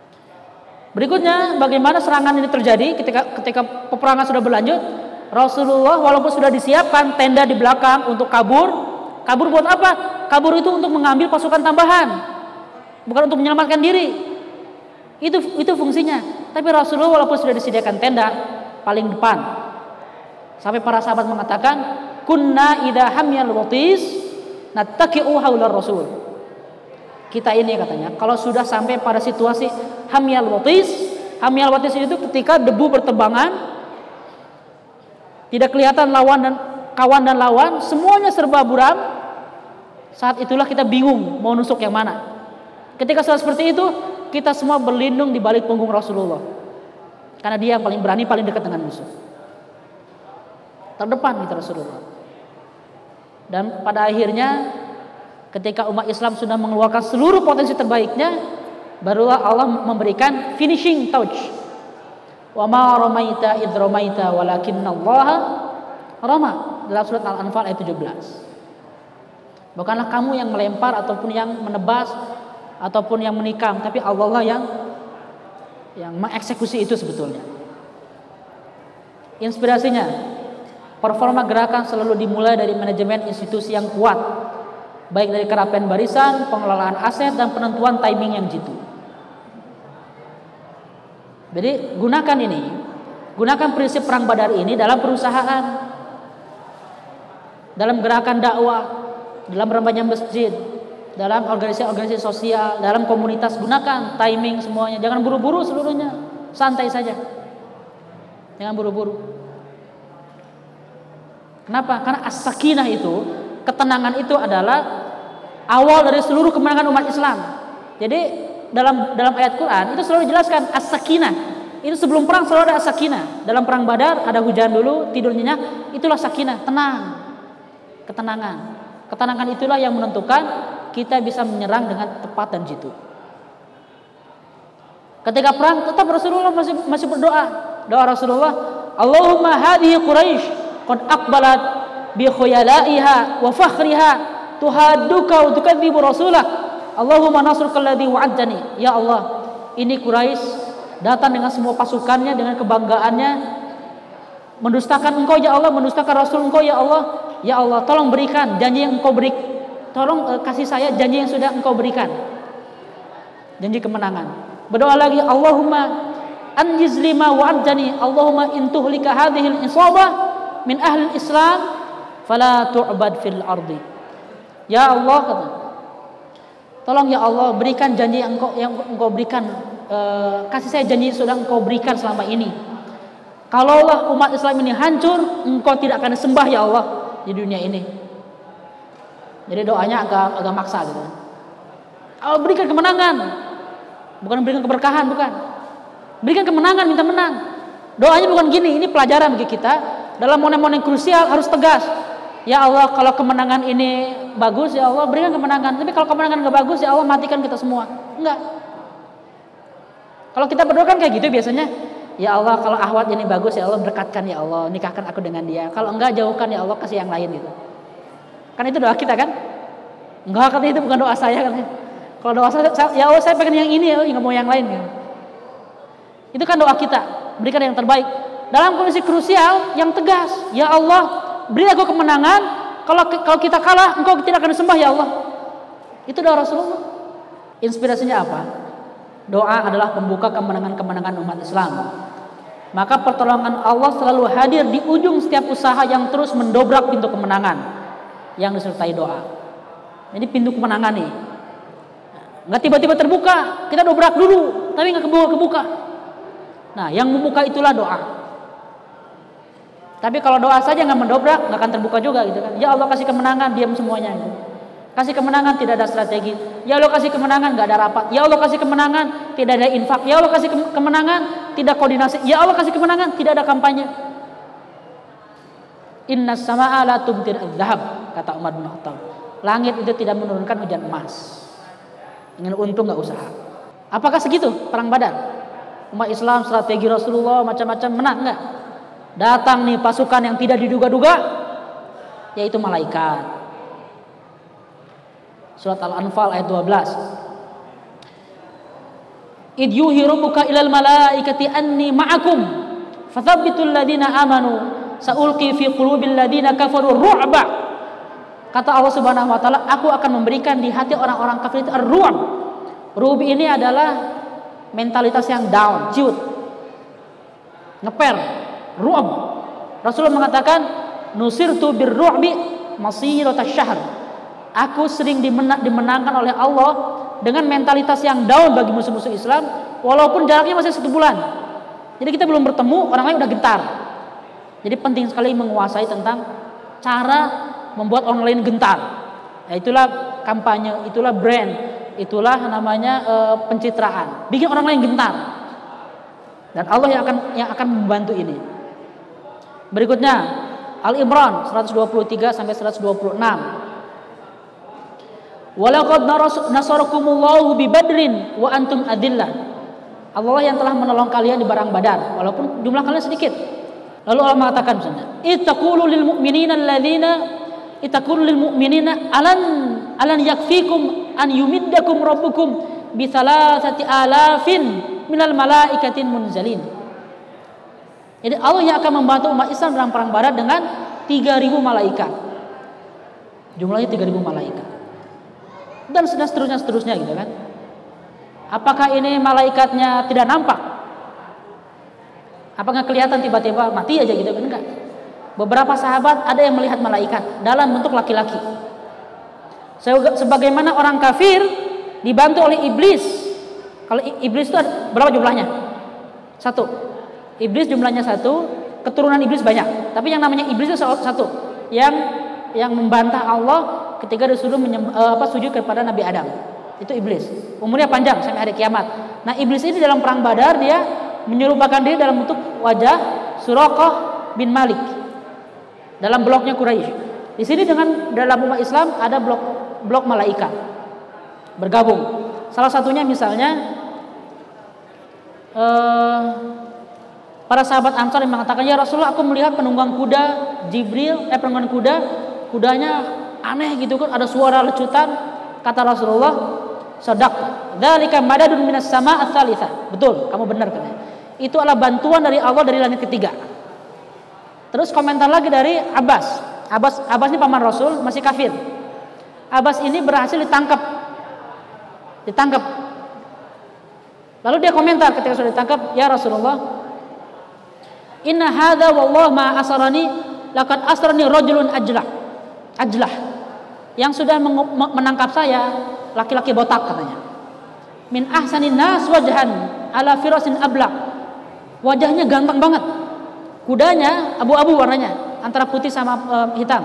Berikutnya, bagaimana serangan ini terjadi ketika ketika peperangan sudah berlanjut? Rasulullah walaupun sudah disiapkan tenda di belakang untuk kabur, kabur buat apa? Kabur itu untuk mengambil pasukan tambahan, bukan untuk menyelamatkan diri. Itu itu fungsinya. Tapi Rasulullah walaupun sudah disediakan tenda paling depan, sampai para sahabat mengatakan, kunna idza hamyal watis nattaqi'u haular rasul. Kita ini katanya, kalau sudah sampai pada situasi hamyal watis, hamyal watis itu ketika debu berterbangan, tidak kelihatan lawan dan kawan dan lawan, semuanya serba buram. Saat itulah kita bingung mau nusuk yang mana. Ketika sudah seperti itu, kita semua berlindung di balik punggung Rasulullah, karena dia yang paling berani, paling dekat dengan musuh. Terdepan kita Rasulullah. Dan pada akhirnya ketika umat Islam sudah mengeluarkan seluruh potensi terbaiknya, barulah Allah memberikan finishing touch. Wa ma ramaita idz ramaita walakinnallaha rama, dalam surat Al-Anfal ayat tujuh belas. Bukanlah kamu yang melempar ataupun yang menebas ataupun yang menikam, tapi Allah lah yang yang mengeksekusi itu sebetulnya. Inspirasinya, performa gerakan selalu dimulai dari manajemen institusi yang kuat, baik dari kerapian barisan, pengelolaan aset, dan penentuan timing yang jitu. Jadi gunakan ini, gunakan prinsip perang Badar ini dalam perusahaan, dalam gerakan dakwah, dalam rembanya masjid, dalam organisasi-organisasi sosial, dalam komunitas. Gunakan timing semuanya, jangan buru-buru seluruhnya, santai saja, jangan buru-buru. Kenapa? Karena as-sakinah itu, ketenangan itu adalah awal dari seluruh kemenangan umat Islam. Jadi dalam dalam ayat Quran itu selalu dijelaskan as-sakinah. Itu sebelum perang selalu ada as-sakinah. Dalam perang Badar ada hujan dulu, tidur nyenyak, itulah sakinah, tenang. Ketenangan. Ketenangan itulah yang menentukan kita bisa menyerang dengan tepat dan jitu. Ketika perang tetap Rasulullah masih masih berdoa. Doa Rasulullah, Allahumma hadhihi Quraisy qad aqbalat bi khuyalaiha wa fakhriha tuhadduka wa tukadzibu rasulah. Allahumma nasrukal ladzi wa'adtani. Ya Allah, ini Quraisy datang dengan semua pasukannya, dengan kebanggaannya, mendustakan Engkau ya Allah, mendustakan Rasul Engkau ya Allah. Ya Allah, tolong berikan janji yang Engkau beri, tolong uh, kasih saya janji yang sudah Engkau berikan, janji kemenangan. Berdoa lagi, Allahumma anjiz lima wa'adtani. Allahumma intuhlika hadhil isabah min ahli Islam fala tu'bad fil ardi. Ya Allah, kata, tolong ya Allah berikan janji yang engkau, yang engkau berikan, e, kasih saya janji yang sudah Engkau berikan selama ini. Kalaulah umat Islam ini hancur, Engkau tidak akan disembah ya Allah di dunia ini. Jadi doanya agak agak maksa gitu. Allah berikan kemenangan, bukan berikan keberkahan, bukan. Berikan kemenangan, minta menang. Doanya bukan gini. Ini pelajaran bagi kita dalam momen-momen krusial harus tegas. Ya Allah, kalau kemenangan ini bagus, ya Allah berikan kemenangan. Tapi kalau kemenangan gak bagus, ya Allah matikan kita semua. Enggak. Kalau kita berdoa kan kayak gitu biasanya. Ya Allah, kalau Ahwat ini bagus, ya Allah berkatkan ya Allah, nikahkan aku dengan dia. Kalau enggak, jauhkan ya Allah, kasih yang lain gitu. Kan itu doa kita kan? Enggak, katanya itu bukan doa saya katanya. Kalau doa saya, ya Allah saya pengen yang ini ya, nggak mau yang lain gitu. Itu kan doa kita, berikan yang terbaik. Dalam kondisi krusial yang tegas, ya Allah, beri aku kemenangan. Kalau kalau kita kalah, Engkau tidak akan disembah ya Allah. Itu doa Rasulullah. Inspirasinya apa? Doa adalah pembuka kemenangan-kemenangan umat Islam. Maka pertolongan Allah selalu hadir di ujung setiap usaha yang terus mendobrak pintu kemenangan yang disertai doa. Jadi pintu kemenangan nih, nggak tiba-tiba terbuka, kita dobrak dulu, tapi nggak kebuka-kebuka. Nah, yang membuka itulah doa. Tapi kalau doa saja nggak mendobrak, nggak akan terbuka juga gitu kan. Ya Allah kasih kemenangan, diam semuanya gitu. Kasih kemenangan, tidak ada strategi. Ya Allah kasih kemenangan, nggak ada rapat. Ya Allah kasih kemenangan, tidak ada infak. Ya Allah kasih kemenangan, tidak koordinasi. Ya Allah kasih kemenangan, tidak ada kampanye. Innas samaa'a la tumtir adz-dzahab, kata Umar bin Khattab. Langit itu tidak menurunkan hujan emas. Ingin untung nggak usaha. Apakah segitu perang Badar? Umat Islam strategi Rasulullah macam-macam menang nggak? Datang nih pasukan yang tidak diduga-duga, yaitu malaikat. Surat Al-Anfal ayat dua belas. Id yuhi rabbuka ilal malaikati anni ma'akum fathabbitul ladzina amanu sa'ulqi fi qulubil ladzina kafaru ru'ba. Kata Allah Subhanahu wa taala, aku akan memberikan di hati orang-orang kafir itu ar-ru'b. Ru'b ini adalah mentalitas yang down, ciut, ngeper, ru'b. Rasulullah mengatakan, nusirtu bir-ru'bi masirata syahr. Aku sering dimenang, dimenangkan oleh Allah dengan mentalitas yang down bagi musuh-musuh Islam, walaupun jaraknya masih satu bulan. Jadi kita belum bertemu, orang lain udah gentar. Jadi penting sekali menguasai tentang cara membuat orang lain gentar. Ya, itulah kampanye, itulah brand, itulah namanya e, pencitraan. Bikin orang lain gentar. Dan Allah yang akan yang akan membantu ini. Berikutnya Al-Imran seratus dua puluh tiga sampai seratus dua puluh enam. Walaqad nasarakumullahu bi Badrin wa antum adillah. Allah yang telah menolong kalian di perang Badar walaupun jumlah kalian sedikit. Lalu Allah mengatakan misalnya, ittaqulu lil mu'minina alladzina ittaqulu lil mu'minina alan alan yakfikum an yumiddakum rabbukum bi thalathati alafin minal malaikatin munzalin. Jadi Allah yang akan membantu umat Islam dalam perang Badar dengan tiga ribu malaikat. Jumlahnya tiga ribu malaikat. Dan seterusnya seterusnya gitu kan. Apakah ini malaikatnya tidak nampak? Apakah kelihatan tiba-tiba mati aja gitu kan? Enggak. Beberapa sahabat ada yang melihat malaikat dalam bentuk laki-laki. Sebagaimana orang kafir dibantu oleh iblis. Kalau iblis itu ada, berapa jumlahnya? Satu. Iblis jumlahnya satu, keturunan iblis banyak. Tapi yang namanya iblis itu satu, yang yang membantah Allah ketika disuruh menyem, uh, apa sujud kepada Nabi Adam. Itu iblis. Umurnya panjang sampai hari kiamat. Nah, iblis ini dalam perang Badar dia menyerupakan diri dalam bentuk wajah Suraqah bin Malik dalam bloknya Quraisy. Di sini dengan dalam umat Islam ada blok blok malaikat bergabung. Salah satunya misalnya uh, para sahabat Ansar yang mengatakan, ya Rasulullah, aku melihat penunggang kuda Jibril, eh penunggang kuda, kudanya aneh gitu kan, ada suara lecutan. Kata Rasulullah, sadaq, dzalika madadun minas sama' ats-tsalitsah. Betul, kamu benar kan? Itu adalah bantuan dari Allah dari langit ketiga. Terus komentar lagi dari Abbas. Abbas Abbas ini paman Rasul, masih kafir. Abbas ini berhasil ditangkap. Ditangkap. Lalu dia komentar ketika sudah ditangkap, ya Rasulullah, inna hadza wallah ma asarani laqad asrani rajulun ajlah. Ajlah. Yang sudah menangkap saya laki-laki botak katanya. Min ahsanin nas wajhan ala firasin ablaq. Wajahnya ganteng banget. Kudanya abu-abu warnanya, antara putih sama uh, hitam.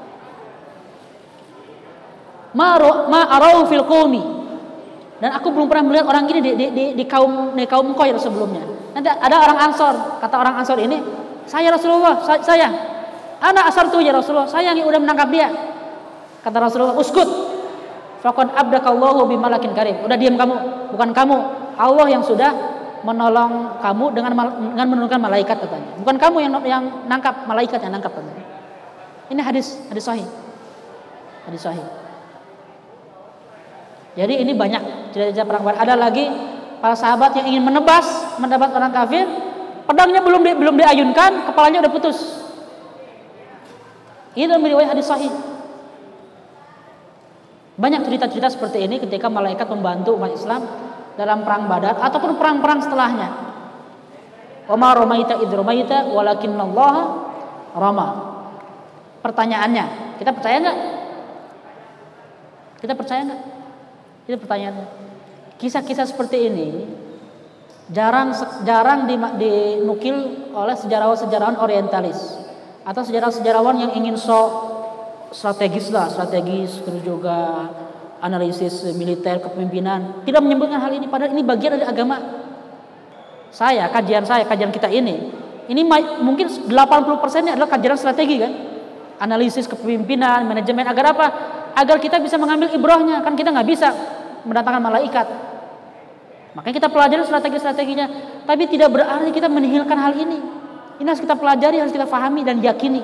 Ma ma arau fil qaumi. Dan aku belum pernah melihat orang gini di, di, di, di kaum di kaum Quraisy sebelumnya. Nanti ada orang Ansor, kata orang Ansor ini, saya Rasulullah, saya, saya. Anak asartu ya Rasulullah, saya yang udah menangkap dia. Kata Rasulullah, uskut. Faqad abdakallahu bimalakin karim. Udah diam kamu, bukan kamu. Allah yang sudah menolong kamu dengan dengan menurunkan malaikat katanya. Bukan kamu yang yang nangkap, malaikat yang nangkap katanya. Ini hadis hadis sahih. Hadis sahih. Jadi ini banyak cerita-cerita perang Badar. Ada lagi para sahabat yang ingin menebas mendapat orang kafir, pedangnya belum di, belum diayunkan, kepalanya udah putus. Ini dalam riwayat hadis sahih. Banyak cerita-cerita seperti ini ketika malaikat membantu umat Islam dalam perang Badar ataupun perang-perang setelahnya. Wa ma ramaita id ramaita walakinallaha rama. Pertanyaannya, kita percaya enggak? Kita percaya enggak? Itu pertanyaannya. Kisah-kisah seperti ini jarang jarang dinukil oleh sejarawan-sejarawan orientalis. atau sejarawan-sejarawan yang ingin sok strategis lah, strategis terus juga analisis militer kepemimpinan tidak menyebutkan hal ini, padahal ini bagian dari agama. Saya, kajian saya, kajian kita ini, ini mungkin delapan puluh persen-nya adalah kajian strategi kan, analisis kepemimpinan, manajemen, agar apa? Agar kita bisa mengambil ibrahnya, kan kita nggak bisa mendatangkan malaikat. Makanya kita pelajari strategi-strateginya, tapi tidak berarti kita menihilkan hal ini. Ini harus kita pelajari, harus kita pahami dan yakini.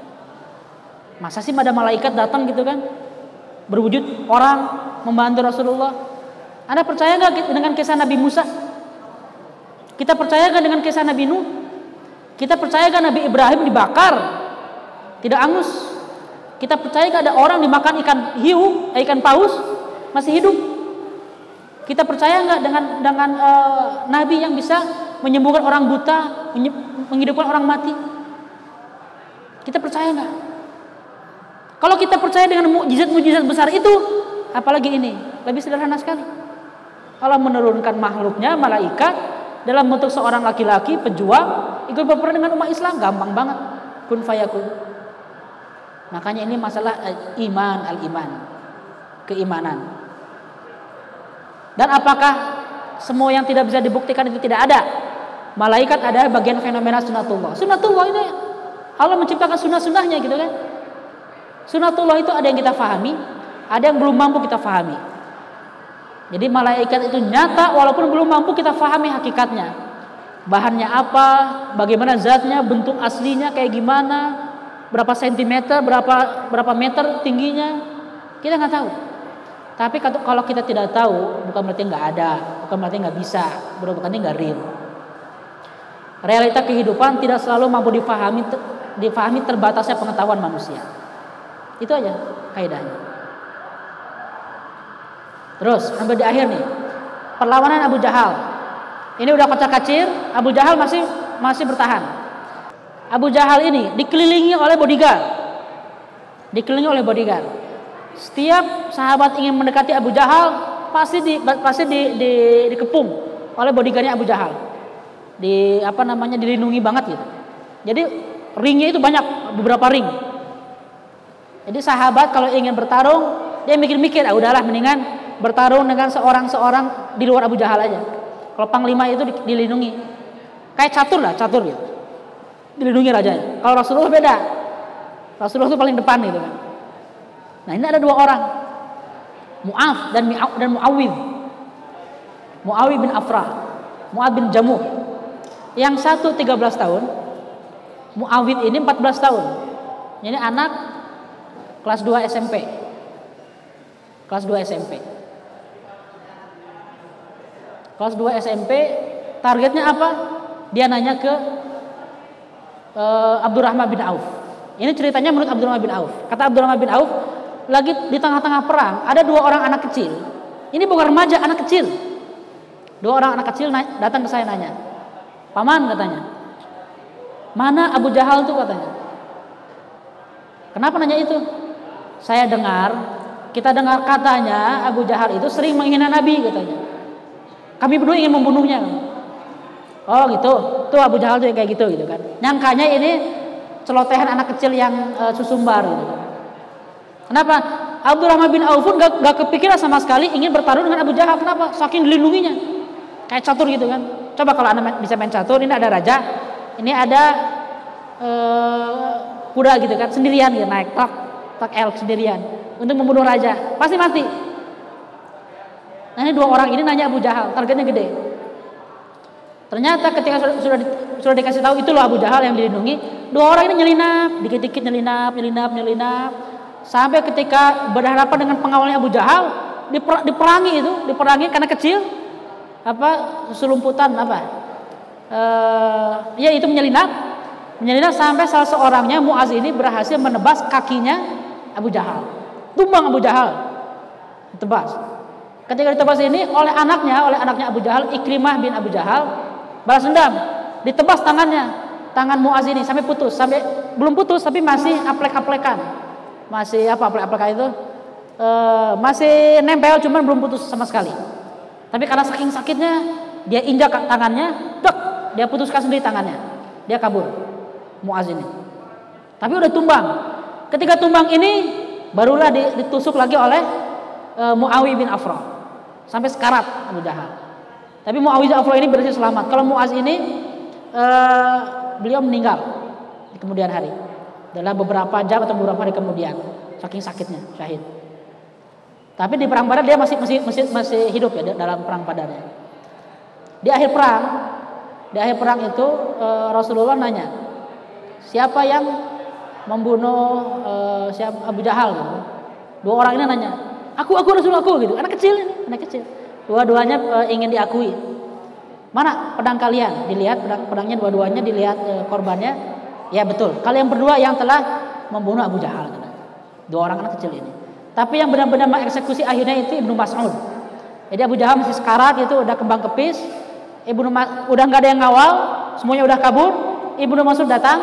Masa sih ada malaikat datang gitu kan, berwujud orang membantu Rasulullah? Anda percaya nggak dengan kisah Nabi Musa? Kita percaya nggak dengan kisah Nabi Nuh? Kita percaya nggak Nabi Ibrahim dibakar tidak angus? Kita percaya nggak ada orang dimakan ikan hiu, ikan paus masih hidup? Kita percaya nggak dengan dengan uh, Nabi yang bisa menyembuhkan orang buta, menghidupkan orang mati? Kita percaya nggak? Kalau kita percaya dengan mukjizat-mukjizat besar itu, apalagi ini lebih sederhana sekali. Allah menurunkan makhluknya malaikat dalam bentuk seorang laki-laki pejuang ikut berperang dengan umat Islam, gampang banget, kun fayakun. Makanya ini masalah iman, al-iman, keimanan. Dan apakah semua yang tidak bisa dibuktikan itu tidak ada? Malaikat ada bagian fenomena sunatullah. Sunatullah ini Allah menciptakan sunnah-sunnahnya gitu kan. Sunatullah itu ada yang kita fahami, ada yang belum mampu kita fahami. Jadi malaikat itu nyata walaupun belum mampu kita fahami hakikatnya. Bahannya apa, bagaimana zatnya, bentuk aslinya kayak gimana, berapa sentimeter, berapa berapa meter tingginya, kita nggak tahu. Tapi kalau kita tidak tahu, bukan berarti nggak ada, bukan berarti nggak bisa, bukan berarti nggak real. Realita kehidupan tidak selalu mampu difahami, difahami terbatasnya pengetahuan manusia. Itu aja kaidahnya. Terus sampai di akhir nih, perlawanan Abu Jahal. Ini udah kocar-kacir, Abu Jahal masih masih bertahan. Abu Jahal ini dikelilingi oleh bodyguard. Dikelilingi oleh bodyguard. Setiap sahabat ingin mendekati Abu Jahal pasti di pasti di, di dikepung oleh bodyguardnya Abu Jahal. Di apa namanya dilindungi banget gitu. Jadi ringnya itu banyak, beberapa ring. Jadi sahabat kalau ingin bertarung dia mikir-mikir, ah udahlah mendingan bertarung dengan seorang-seorang di luar Abu Jahal aja. Kalau panglima itu dilindungi, kayak catur lah, catur gitu, dilindungi rajanya. Kalau Rasulullah beda, Rasulullah itu paling depan gitu kan. Nah ini ada dua orang, Mu'af dan dan Mu'awid, Mu'awid bin Afra, Mu'ad bin Jamuh. Yang satu tiga belas tahun, Mu'awid ini empat belas tahun. Ini anak kelas dua S M P, kelas dua S M P. Kelas dua S M P, targetnya apa? Dia nanya ke uh, Abdurrahman bin Auf. Ini ceritanya menurut Abdurrahman bin Auf. Kata Abdurrahman bin Auf, lagi di tengah-tengah perang, ada dua orang anak kecil. Ini bukan remaja, anak kecil. Dua orang anak kecil naik, datang ke saya nanya, "Paman," katanya, "mana Abu Jahal tuh?" katanya. Kenapa nanya itu? Saya dengar, kita dengar katanya Abu Jahal itu sering menghina Nabi katanya. Kami berdua ingin membunuhnya. Oh gitu, tuh Abu Jahal tuh kayak gitu gitu kan. Nyangkanya ini celotehan anak kecil yang uh, susumbar gitu. Kenapa? Abdurrahman bin Auf pun gak, gak kepikiran sama sekali ingin bertarung dengan Abu Jahal. Kenapa? Saking dilindunginya. Kayak catur gitu kan. Coba kalau Anda bisa main catur, ini ada raja, ini ada uh, kuda gitu kan, sendirian gitu naik tak tak L sendirian untuk membunuh raja, pasti mati. Nah ini dua orang ini nanya Abu Jahal, targetnya gede. Ternyata ketika sudah sudah, sudah dikasih tahu itu loh Abu Jahal yang dilindungi, dua orang ini nyelinap, dikit-dikit nyelinap, nyelinap, nyelinap, sampai ketika berhadapan dengan pengawalnya Abu Jahal, diper, diperangi itu, diperangi karena kecil, apa selumputan apa, e, ya itu menyelinap, menyelinap sampai salah seorangnya Muaz ini berhasil menebas kakinya Abu Jahal, tumbang Abu Jahal, ditebas. Ketika ditebas ini oleh anaknya, oleh anaknya Abu Jahal, Ikrimah bin Abu Jahal, balas dendam, ditebas tangannya, tangan Muaz ini sampai putus, sampai belum putus tapi masih aplek-aplekan, masih apa aplek-aplekan itu, e, masih nempel, cuman belum putus sama sekali. Tapi karena saking sakitnya, dia injak tangannya, dek, dia putuskan sendiri tangannya, dia kabur, Muaz ini. Tapi udah tumbang. Ketika tumbang ini barulah ditusuk lagi oleh e, Muawiyah bin Afra. Sampai sekarat Abu Jahal. Tapi Muawiyah bin Afra ini berhasil selamat. Kalau Muaz ini e, beliau meninggal di kemudian hari. Dalam beberapa jam atau beberapa hari kemudian, saking sakitnya, syahid. Tapi di perang Badar dia masih masih masih, masih hidup ya dalam perang Badarnya. Di akhir perang, di akhir perang itu e, Rasulullah nanya, siapa yang membunuh e, siapa Abu Jahal gitu. Dua orang ini nanya, aku aku Rasul aku gitu. Anak kecil ini, anak kecil. Dua-duanya e, ingin diakui. Mana pedang kalian? Dilihat pedang pedangnya dua-duanya, dilihat e, korbannya. Ya betul. Kalian berdua yang telah membunuh Abu Jahal. Dua orang anak kecil ini. Tapi yang benar-benar mengeksekusi akhirnya itu Ibnu Mas'ud. Jadi Abu Jahal masih sekarat itu udah kembang kepis. Ibnu Mas, udah nggak ada yang ngawal, semuanya udah kabur. Ibnu Mas'ud datang,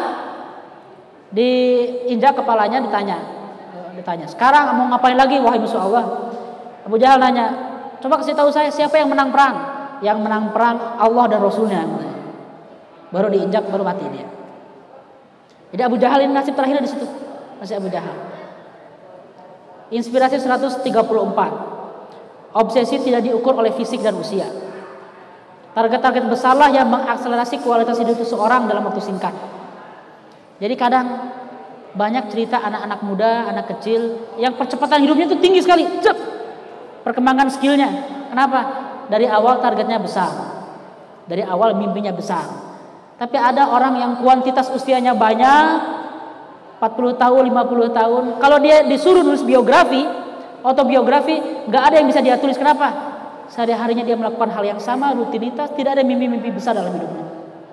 diinjak kepalanya, ditanya, ditanya. Sekarang mau ngapain lagi wahai musuh Allah? Abu Jahal nanya, coba kasih tahu saya siapa yang menang perang? Yang menang perang Allah dan Rasulnya. Baru diinjak, baru mati dia. Jadi Abu Jahal ini nasib terakhir di situ, masih Abu Jahal. Inspirasi seratus tiga puluh empat. Obsesi tidak diukur oleh fisik dan usia. Target-target besarlah yang mengakselerasi kualitas hidup seseorang dalam waktu singkat. Jadi kadang banyak cerita anak-anak muda, anak kecil yang percepatan hidupnya itu tinggi sekali, cep, perkembangan skillnya. Kenapa? Dari awal targetnya besar, dari awal mimpinya besar. Tapi ada orang yang kuantitas usianya banyak, empat puluh tahun, lima puluh tahun. Kalau dia disuruh nulis biografi, autobiografi, nggak ada yang bisa dia tulis. Kenapa? Sehari-harinya dia melakukan hal yang sama, rutinitas, tidak ada mimpi-mimpi besar dalam hidupnya.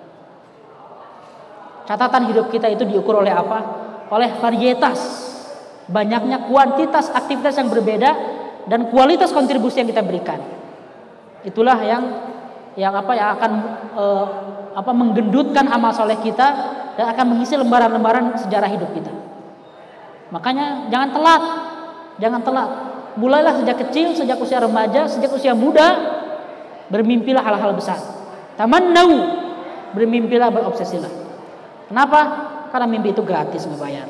Catatan hidup kita itu diukur oleh apa? Oleh varietas, banyaknya kuantitas aktivitas yang berbeda dan kualitas kontribusi yang kita berikan. Itulah yang yang apa yang akan eh, apa menggendutkan amal soleh kita dan akan mengisi lembaran-lembaran sejarah hidup kita. Makanya jangan telat, jangan telat. Mulailah sejak kecil, sejak usia remaja, sejak usia muda, bermimpilah hal-hal besar. Tamannau, bermimpilah, berobsesilah. Kenapa? Karena mimpi itu gratis, nggak bayar.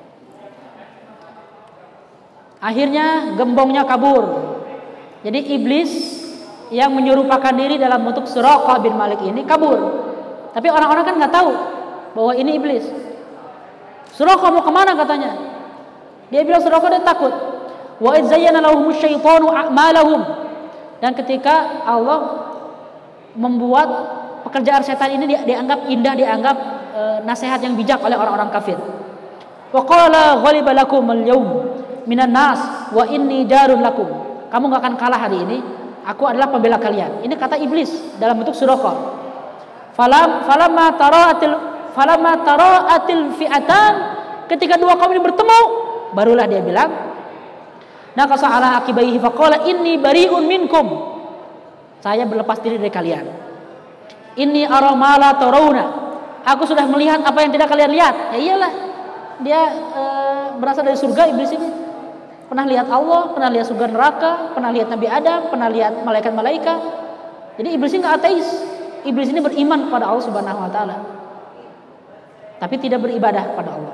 Akhirnya gembongnya kabur. Jadi iblis yang menyerupakan diri dalam bentuk Suraqah bin Malik ini kabur. Tapi orang-orang kan nggak tahu bahwa ini iblis. Suraqah mau kemana katanya? Dia bilang Suraqah dia takut. Wa idz zayyana lahumus syaitanu a'malahum. Dan ketika Allah membuat pekerjaan setan ini dianggap indah, dianggap e, nasihat yang bijak oleh orang-orang kafir. Wa qala ghaliba lakum al-yawm minan nas wa inni jarun lakum. Kamu enggak akan kalah hari ini. Aku adalah pembela kalian. Ini kata iblis dalam bentuk Suraqah. Falam falamma tara'atil falamma tara'atil fi'atan, ketika dua kaum ini bertemu, barulah dia bilang, naqasa ala akibaihi faqala inni bari'un minkum. Saya berlepas diri dari kalian. Inni ara ma la tarawna. Aku sudah melihat apa yang tidak kalian lihat. Ya iyalah. Dia e, berasal dari surga iblis ini. Pernah lihat Allah, pernah lihat surga neraka, pernah lihat Nabi Adam, pernah lihat malaikat-malaikat. Jadi iblis ini enggak ateis. Iblis ini beriman kepada Allah Subhanahu wa taala. Tapi tidak beribadah kepada Allah.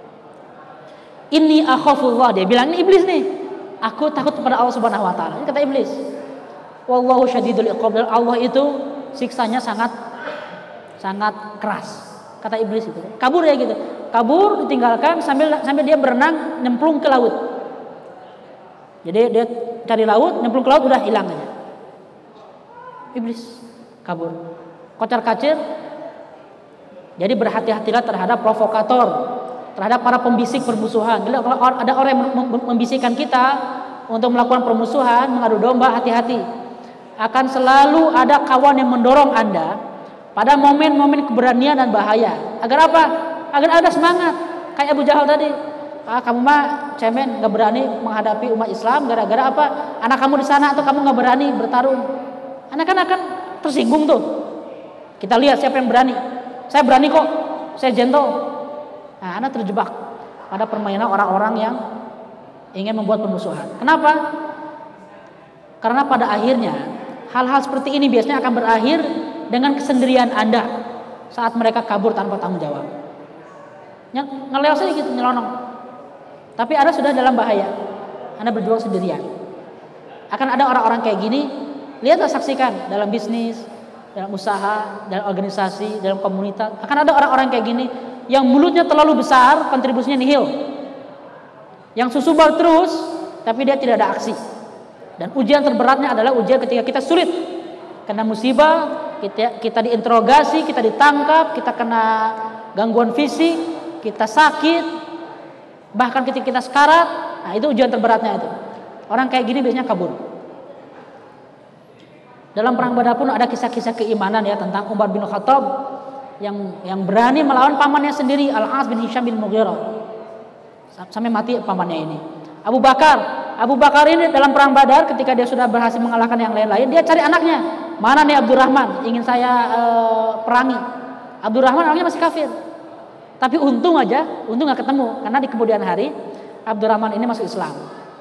Inni akhafullah, dia bilang ini iblis nih. Aku takut kepada Allah Subhanahu wa taala. Ini kata iblis. Wallahu syadidul iqab. Allah itu siksanya sangat sangat keras. Kata iblis itu. Kabur ya gitu. Kabur ditinggalkan sambil sambil dia berenang nyemplung ke laut. Jadi dia cari laut, nyemplung ke laut udah hilang aja. Iblis kabur. Kocar-kacir. Jadi berhati-hatilah terhadap provokator, terhadap para pembisik permusuhan. Bila ada orang yang membisikkan kita untuk melakukan permusuhan, mengadu domba, hati-hati. Akan selalu ada kawan yang mendorong Anda pada momen-momen keberanian dan bahaya. Agar apa? Agar ada semangat. Kayak Abu Jahal tadi. Ah, kamu mah cemen, nggak berani menghadapi umat Islam gara-gara apa? Anak kamu di sana atau kamu nggak berani bertarung? Anak kan akan tersinggung tuh. Kita lihat siapa yang berani. Saya berani kok, saya gentle. Nah, anak terjebak pada permainan orang-orang yang ingin membuat permusuhan. Kenapa? Karena pada akhirnya hal-hal seperti ini biasanya akan berakhir dengan kesendirian Anda saat mereka kabur tanpa tanggung jawab. ngeleos aja gitu, nyelonong. Tapi Anda sudah dalam bahaya. Anda berjuang sendirian. Akan ada orang-orang kayak gini, lihatlah, saksikan dalam bisnis, dalam usaha, dalam organisasi, dalam komunitas. Akan ada orang-orang kayak gini yang mulutnya terlalu besar, kontribusinya nihil. Yang susubal terus, tapi dia tidak ada aksi. Dan ujian terberatnya adalah ujian ketika kita sulit. Kena musibah, kita, kita diinterogasi, kita ditangkap, kita kena gangguan fisik, kita sakit, bahkan ketika kita sekarat. Nah, itu ujian terberatnya itu. Orang kayak gini biasanya kabur. Dalam perang Badar pun ada kisah-kisah keimanan ya tentang Umar bin Khattab yang yang berani melawan pamannya sendiri, Al-As bin Hisham bin Mughirah. Sampai mati pamannya ini. Abu Bakar, Abu Bakar ini dalam perang Badar ketika dia sudah berhasil mengalahkan yang lain-lain, dia cari anaknya. Mana nih Abdurrahman? Ingin saya uh, perangi. Abdurrahman anaknya masih kafir. Tapi untung aja, untung nggak ketemu karena di kemudian hari Abdurrahman ini masuk Islam.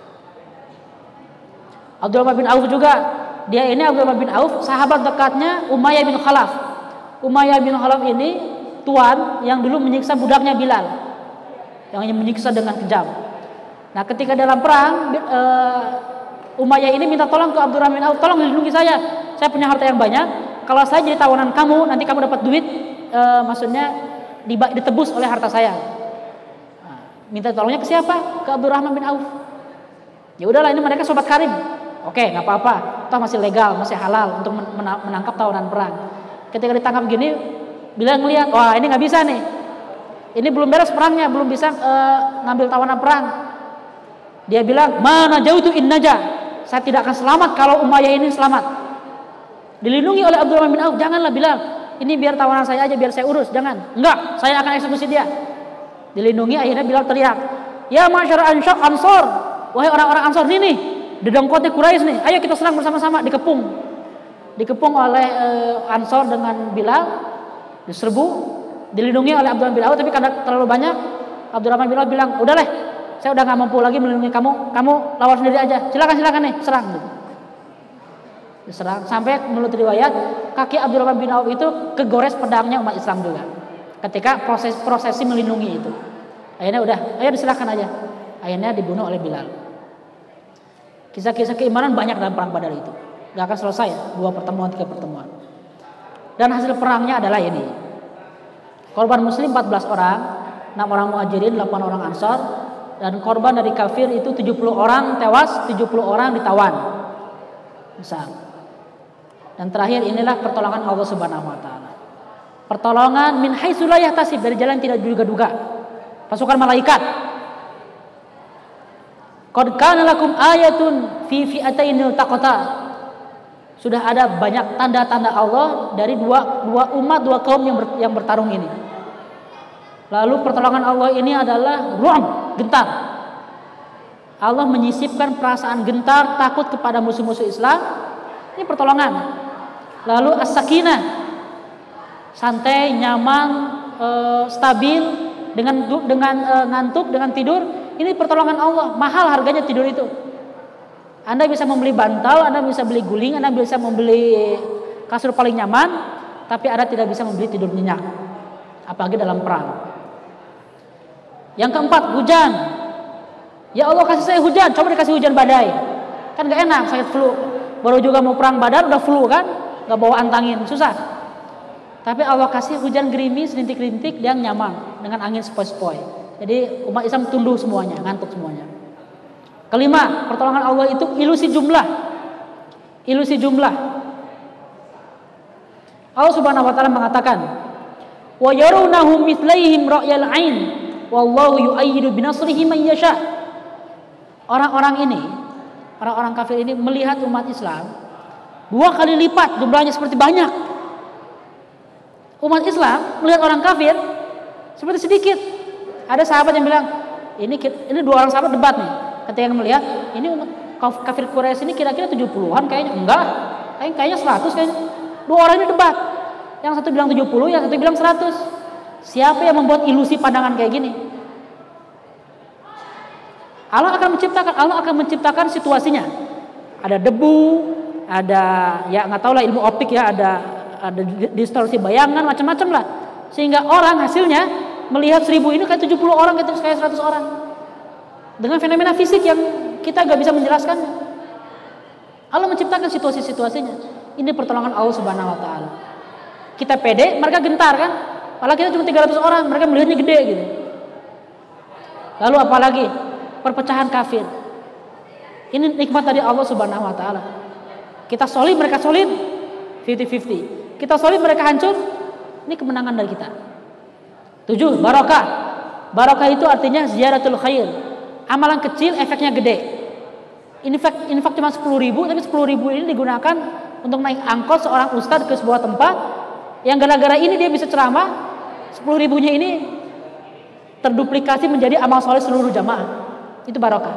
Abdurrahman bin Auf juga, dia ini Abdurrahman bin Auf sahabat dekatnya Umayyah bin Khalaf. Umayyah bin Khalaf ini tuan yang dulu menyiksa budaknya Bilal, yang menyiksa dengan kejam. Nah, ketika dalam perang uh, Umayyah ini minta tolong ke Abdurrahman bin Auf, tolong lindungi saya. Saya punya harta yang banyak. Kalau saya jadi tawanan kamu, nanti kamu dapat duit, uh, maksudnya ditebus oleh harta saya. Nah, minta tolongnya ke siapa? Ke Abdurrahman bin Auf. Ya udahlah, ini mereka sobat karib. Oke, nggak apa-apa. Toh masih legal, masih halal untuk menangkap tawanan perang. Ketika ditangkap gini, Bilal ngelihat, wah ini nggak bisa nih. Ini belum beres perangnya, belum bisa uh, ngambil tawanan perang. Dia bilang, mana jauh tuh in naja. Saya tidak akan selamat kalau Umayyah ini selamat. Dilindungi oleh Abdurrahman bin Auf. Janganlah Bilal, ini biar tawanan saya aja, biar saya urus. Jangan, enggak, saya akan eksekusi dia. Dilindungi, akhirnya Bilal teriak, ya masyarakat Ansor, wahai orang-orang Ansor, ini nih dedengkotnya Quraisy nih, ayo kita serang bersama-sama. Dikepung, dikepung oleh uh, Ansor dengan Bilal, diserbu, dilindungi oleh Abdurrahman bin Auf. Tapi karena terlalu banyak, Abdurrahman bin Auf bilang, udahlah, saya udah nggak mampu lagi melindungi kamu, kamu lawan sendiri aja, silakan silakan nih, serang gitu. Diserang sampai menurut riwayat kaki Abdurrahman bin Auf itu kegores pedangnya umat Islam juga ketika proses prosesi melindungi itu. Akhirnya udah, ayo diserahkan aja. Akhirnya dibunuh oleh Bilal. Kisah-kisah keimanan banyak dalam perang Badar itu, nggak akan selesai, dua pertemuan tiga pertemuan. Dan hasil perangnya adalah ini, korban Muslim empat belas orang, enam orang Muhajirin, delapan orang Ansor, dan korban dari kafir itu tujuh puluh orang tewas, tujuh puluh orang ditawan. Besar. Dan terakhir inilah pertolongan Allah Subhanahu wa taala. Pertolongan min haitsu la yahtasib, dari jalan tidak diduga-duga. Pasukan malaikat. Qad kana lakum ayatun fi fi'atayn taqata. Sudah ada banyak tanda-tanda Allah dari dua dua umat, dua kaum yang ber, yang bertarung ini. Lalu pertolongan Allah ini adalah ru'b, gentar. Allah menyisipkan perasaan gentar, takut kepada musuh-musuh Islam. Ini pertolongan. Lalu as-sakinah, santai, nyaman, e, stabil, dengan dengan e, ngantuk, dengan tidur. Ini pertolongan Allah. Mahal harganya tidur itu. Anda bisa membeli bantal, Anda bisa beli guling, Anda bisa membeli kasur paling nyaman, tapi Anda tidak bisa membeli tidur nyenyak, apalagi dalam perang. Yang keempat, hujan. Ya Allah kasih saya hujan, coba dikasih hujan badai. Kan gak enak, sakit flu. Baru juga mau perang Badar udah flu kan, gak bawa antangin, susah. Tapi Allah kasih hujan gerimis, rintik-rintik, dia nyaman dengan angin sepoi-sepoi. Jadi umat Islam tunduk semuanya, ngantuk semuanya. Kelima, pertolongan Allah itu ilusi jumlah. Ilusi jumlah. Allah Subhanahu wa taala mengatakan, "Wa yarunahu mithlaihim ra'yal 'ain, wallahu yu'ayyidu binasrihi man yasha." Orang-orang ini, orang-orang kafir ini melihat umat Islam dua kali lipat jumlahnya, seperti banyak. Umat Islam melihat orang kafir seperti sedikit. Ada sahabat yang bilang, ini ini dua orang sahabat debat nih. Ketika melihat ini umat kafir Quraisy ini kira-kira tujuh puluhan kayaknya, enggak, kayaknya seratus kayaknya. Dua orang ini debat. Yang satu bilang tujuh puluh, yang satu bilang seratus. Siapa yang membuat ilusi pandangan kayak gini? Allah akan menciptakan, Allah akan menciptakan situasinya. Ada debu, ada ya nggak tahu lah ilmu optik ya, ada ada distorsi bayangan macam-macam lah. Sehingga orang hasilnya melihat seribu ini kayak tujuh puluh orang, kayak seratus orang. Dengan fenomena fisik yang kita gak bisa menjelaskannya. Allah menciptakan situasi-situasinya. Ini pertolongan Allah Subhanahu wa taala. Kita pede, mereka gentar kan? Apalagi kita cuma tiga ratus orang, mereka melihatnya gede gitu. Lalu apalagi perpecahan kafir. Ini nikmat dari Allah Subhanahu wa taala. Kita solid, mereka solid, lima puluh lima puluh. Kita solid, mereka hancur. Ini kemenangan dari kita. Tujuh, barakah. Barakah itu artinya ziyaratul khair. Amalan kecil efeknya gede. Infak, infak cuma sepuluh ribu, tapi sepuluh ribu ini digunakan untuk naik angkot seorang ustadz ke sebuah tempat yang gara-gara ini dia bisa ceramah. Sepuluh ribunya ini terduplikasi menjadi amal soleh seluruh jamaah. Itu barokah.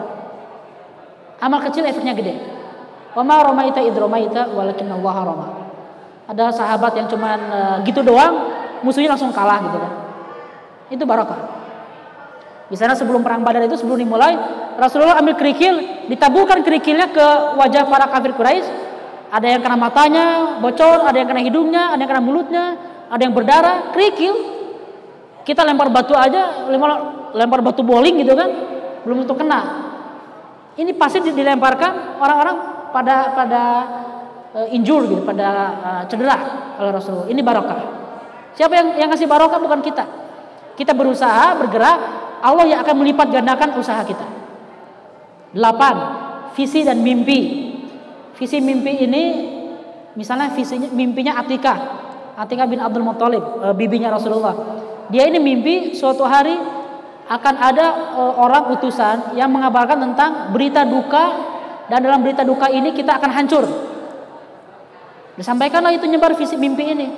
Amal kecil efeknya gede. Wa ma ramaita id ramaita walakinallaha rama. Ada sahabat yang cuman uh, gitu doang, musuhnya langsung kalah gitu kan. Itu barokah. Di sana sebelum perang Badar itu, sebelum dimulai, Rasulullah ambil kerikil, ditaburkan kerikilnya ke wajah para kafir Quraisy. Ada yang kena matanya, bocor, ada yang kena hidungnya, ada yang kena mulutnya, ada yang berdarah, kerikil. Kita lempar batu aja, lempar, lempar batu bowling gitu kan, belum tentu kena. Ini pasti dilemparkan orang-orang pada pada uh, injur gitu, pada uh, cedera oleh Rasulullah. Ini barokah. Siapa yang yang kasih barokah? Bukan kita. Kita berusaha, bergerak, Allah yang akan melipat gandakan usaha kita. Delapan, visi dan mimpi. Visi mimpi ini, misalnya visinya, mimpinya Atikah, Atikah bin Abdul Muthalib, e, bibinya Rasulullah. Dia ini mimpi suatu hari akan ada e, orang utusan yang mengabarkan tentang berita duka, dan dalam berita duka ini kita akan hancur. Disampaikanlah itu, nyebar visi mimpi ini.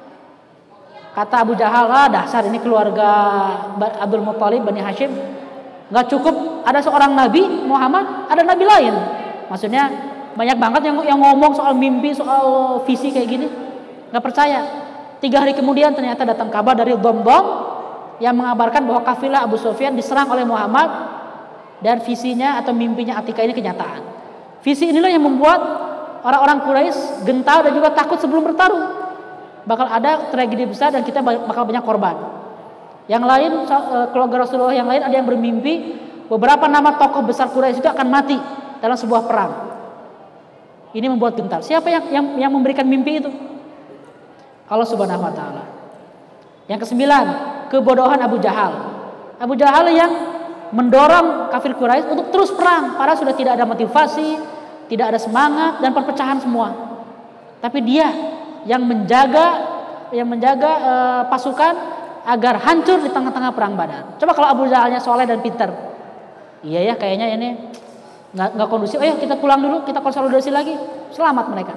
Kata Abu Jahal, ah dasar ini keluarga Abdul Muthalib Bani Hashim, nggak cukup ada seorang nabi Muhammad, ada nabi lain. Maksudnya banyak banget yang yang ngomong soal mimpi, soal visi kayak gini. Nggak percaya. Tiga hari kemudian ternyata datang kabar dari Damdam yang mengabarkan bahwa kafilah Abu Sufyan diserang oleh Muhammad, dan visinya atau mimpinya Atikah ini kenyataan. Visi inilah yang membuat orang-orang Quraisy gentar dan juga takut sebelum bertarung. Bakal ada tragedi besar dan kita bakal banyak korban. Yang lain, keluarga Rasulullah yang lain ada yang bermimpi beberapa nama tokoh besar Quraisy itu akan mati dalam sebuah perang. Ini membuat gentar. Siapa yang yang, yang memberikan mimpi itu? Allah Subhanahu wa taala. Yang kesembilan, kebodohan Abu Jahal. Abu Jahal yang mendorong kafir Quraisy untuk terus perang, padahal sudah tidak ada motivasi, tidak ada semangat, dan perpecahan semua. Tapi dia yang menjaga yang menjaga e, pasukan agar hancur di tengah-tengah perang Badar. Coba kalau Abu Jahalnya soleh dan pintar, iya ya kayaknya ini nggak nggak kondusif. Ayo kita pulang dulu, kita konsolidasi lagi, selamat mereka.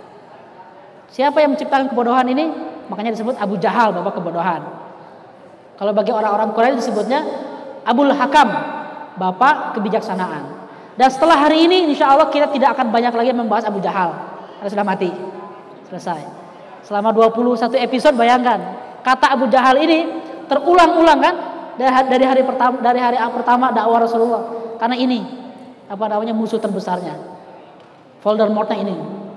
Siapa yang menciptakan kebodohan ini? Makanya disebut Abu Jahal, bapak kebodohan. Kalau bagi orang-orang Quraisy disebutnya Abul Hakam, bapak kebijaksanaan. Dan setelah hari ini, insya Allah kita tidak akan banyak lagi membahas Abu Jahal, karena sudah mati. Selesai. Selama dua puluh satu episode, bayangkan kata Abu Jahal ini terulang-ulang kan dari hari pertama dari hari pertama dakwah Rasulullah. Karena ini apa namanya musuh terbesarnya, Voldemortnya ini.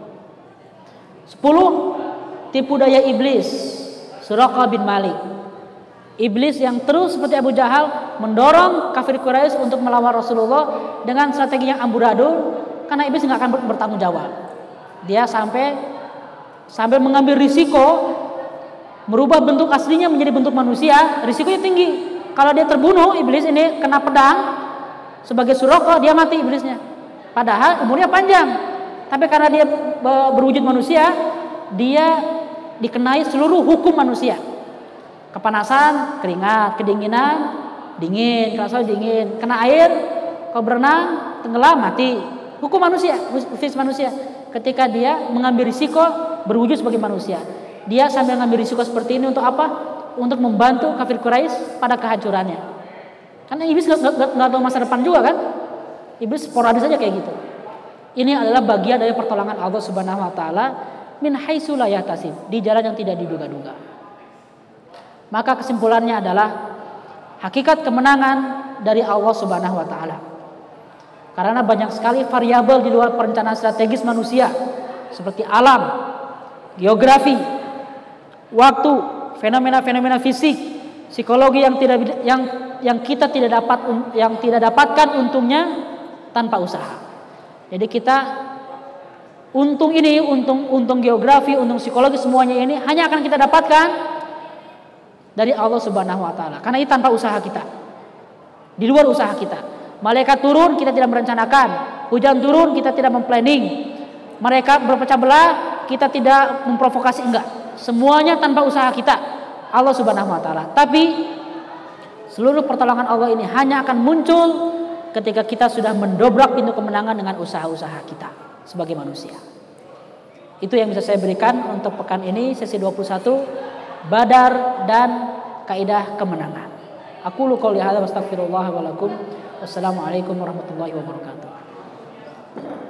Sepuluh, tipu daya iblis, Suraqah bin Malik. Iblis yang terus seperti Abu Jahal mendorong kafir Quraisy untuk melawan Rasulullah dengan strategi yang amburadul, karena iblis nggak akan bertanggung jawab. Dia sampai sambil mengambil risiko merubah bentuk aslinya menjadi bentuk manusia. Risikonya tinggi. Kalau dia terbunuh, iblis ini kena pedang sebagai Suraqah, dia mati iblisnya. Padahal umurnya panjang. Tapi karena dia berwujud manusia, dia dikenai seluruh hukum manusia. Kepanasan, keringat, kedinginan, dingin, kerasa dingin, kena air, kalau berenang, tenggelam, mati. Hukum manusia, fisik manusia. Ketika dia mengambil risiko berwujud sebagai manusia, dia sambil mengambil risiko seperti ini untuk apa? Untuk membantu kafir Quraisy pada kehancurannya. Karena iblis nggak tahu masa depan juga kan? Iblis sporadis saja kayak gitu. Ini adalah bagian dari pertolongan Allah Subhanahu Wa Taala min haitsu la yahtasib, di jalan yang tidak diduga-duga. Maka kesimpulannya adalah hakikat kemenangan dari Allah Subhanahu Wa Taala. Karena banyak sekali variabel di luar perencanaan strategis manusia, seperti alam, geografi, waktu, fenomena-fenomena fisik, Psikologi yang tidak yang yang kita tidak dapat yang tidak dapatkan untungnya tanpa usaha. Jadi kita untung ini, untung untung geografi, untung psikologi, semuanya ini hanya akan kita dapatkan dari Allah Subhanahu wa taala. Karena ini tanpa usaha kita. Di luar usaha kita. Malaikat turun kita tidak merencanakan, hujan turun kita tidak memplanning. Mereka berpecah belah kita tidak memprovokasi, enggak. Semuanya tanpa usaha kita. Allah Subhanahu wa taala. Tapi seluruh pertolongan Allah ini hanya akan muncul ketika kita sudah mendobrak pintu kemenangan dengan usaha-usaha kita sebagai manusia. Itu yang bisa saya berikan untuk pekan ini, sesi dua puluh satu, Badar dan kaidah kemenangan. Aku qouli hadza wa astaghfirullah wa lakum. Wassalamualaikum warahmatullahi wabarakatuh.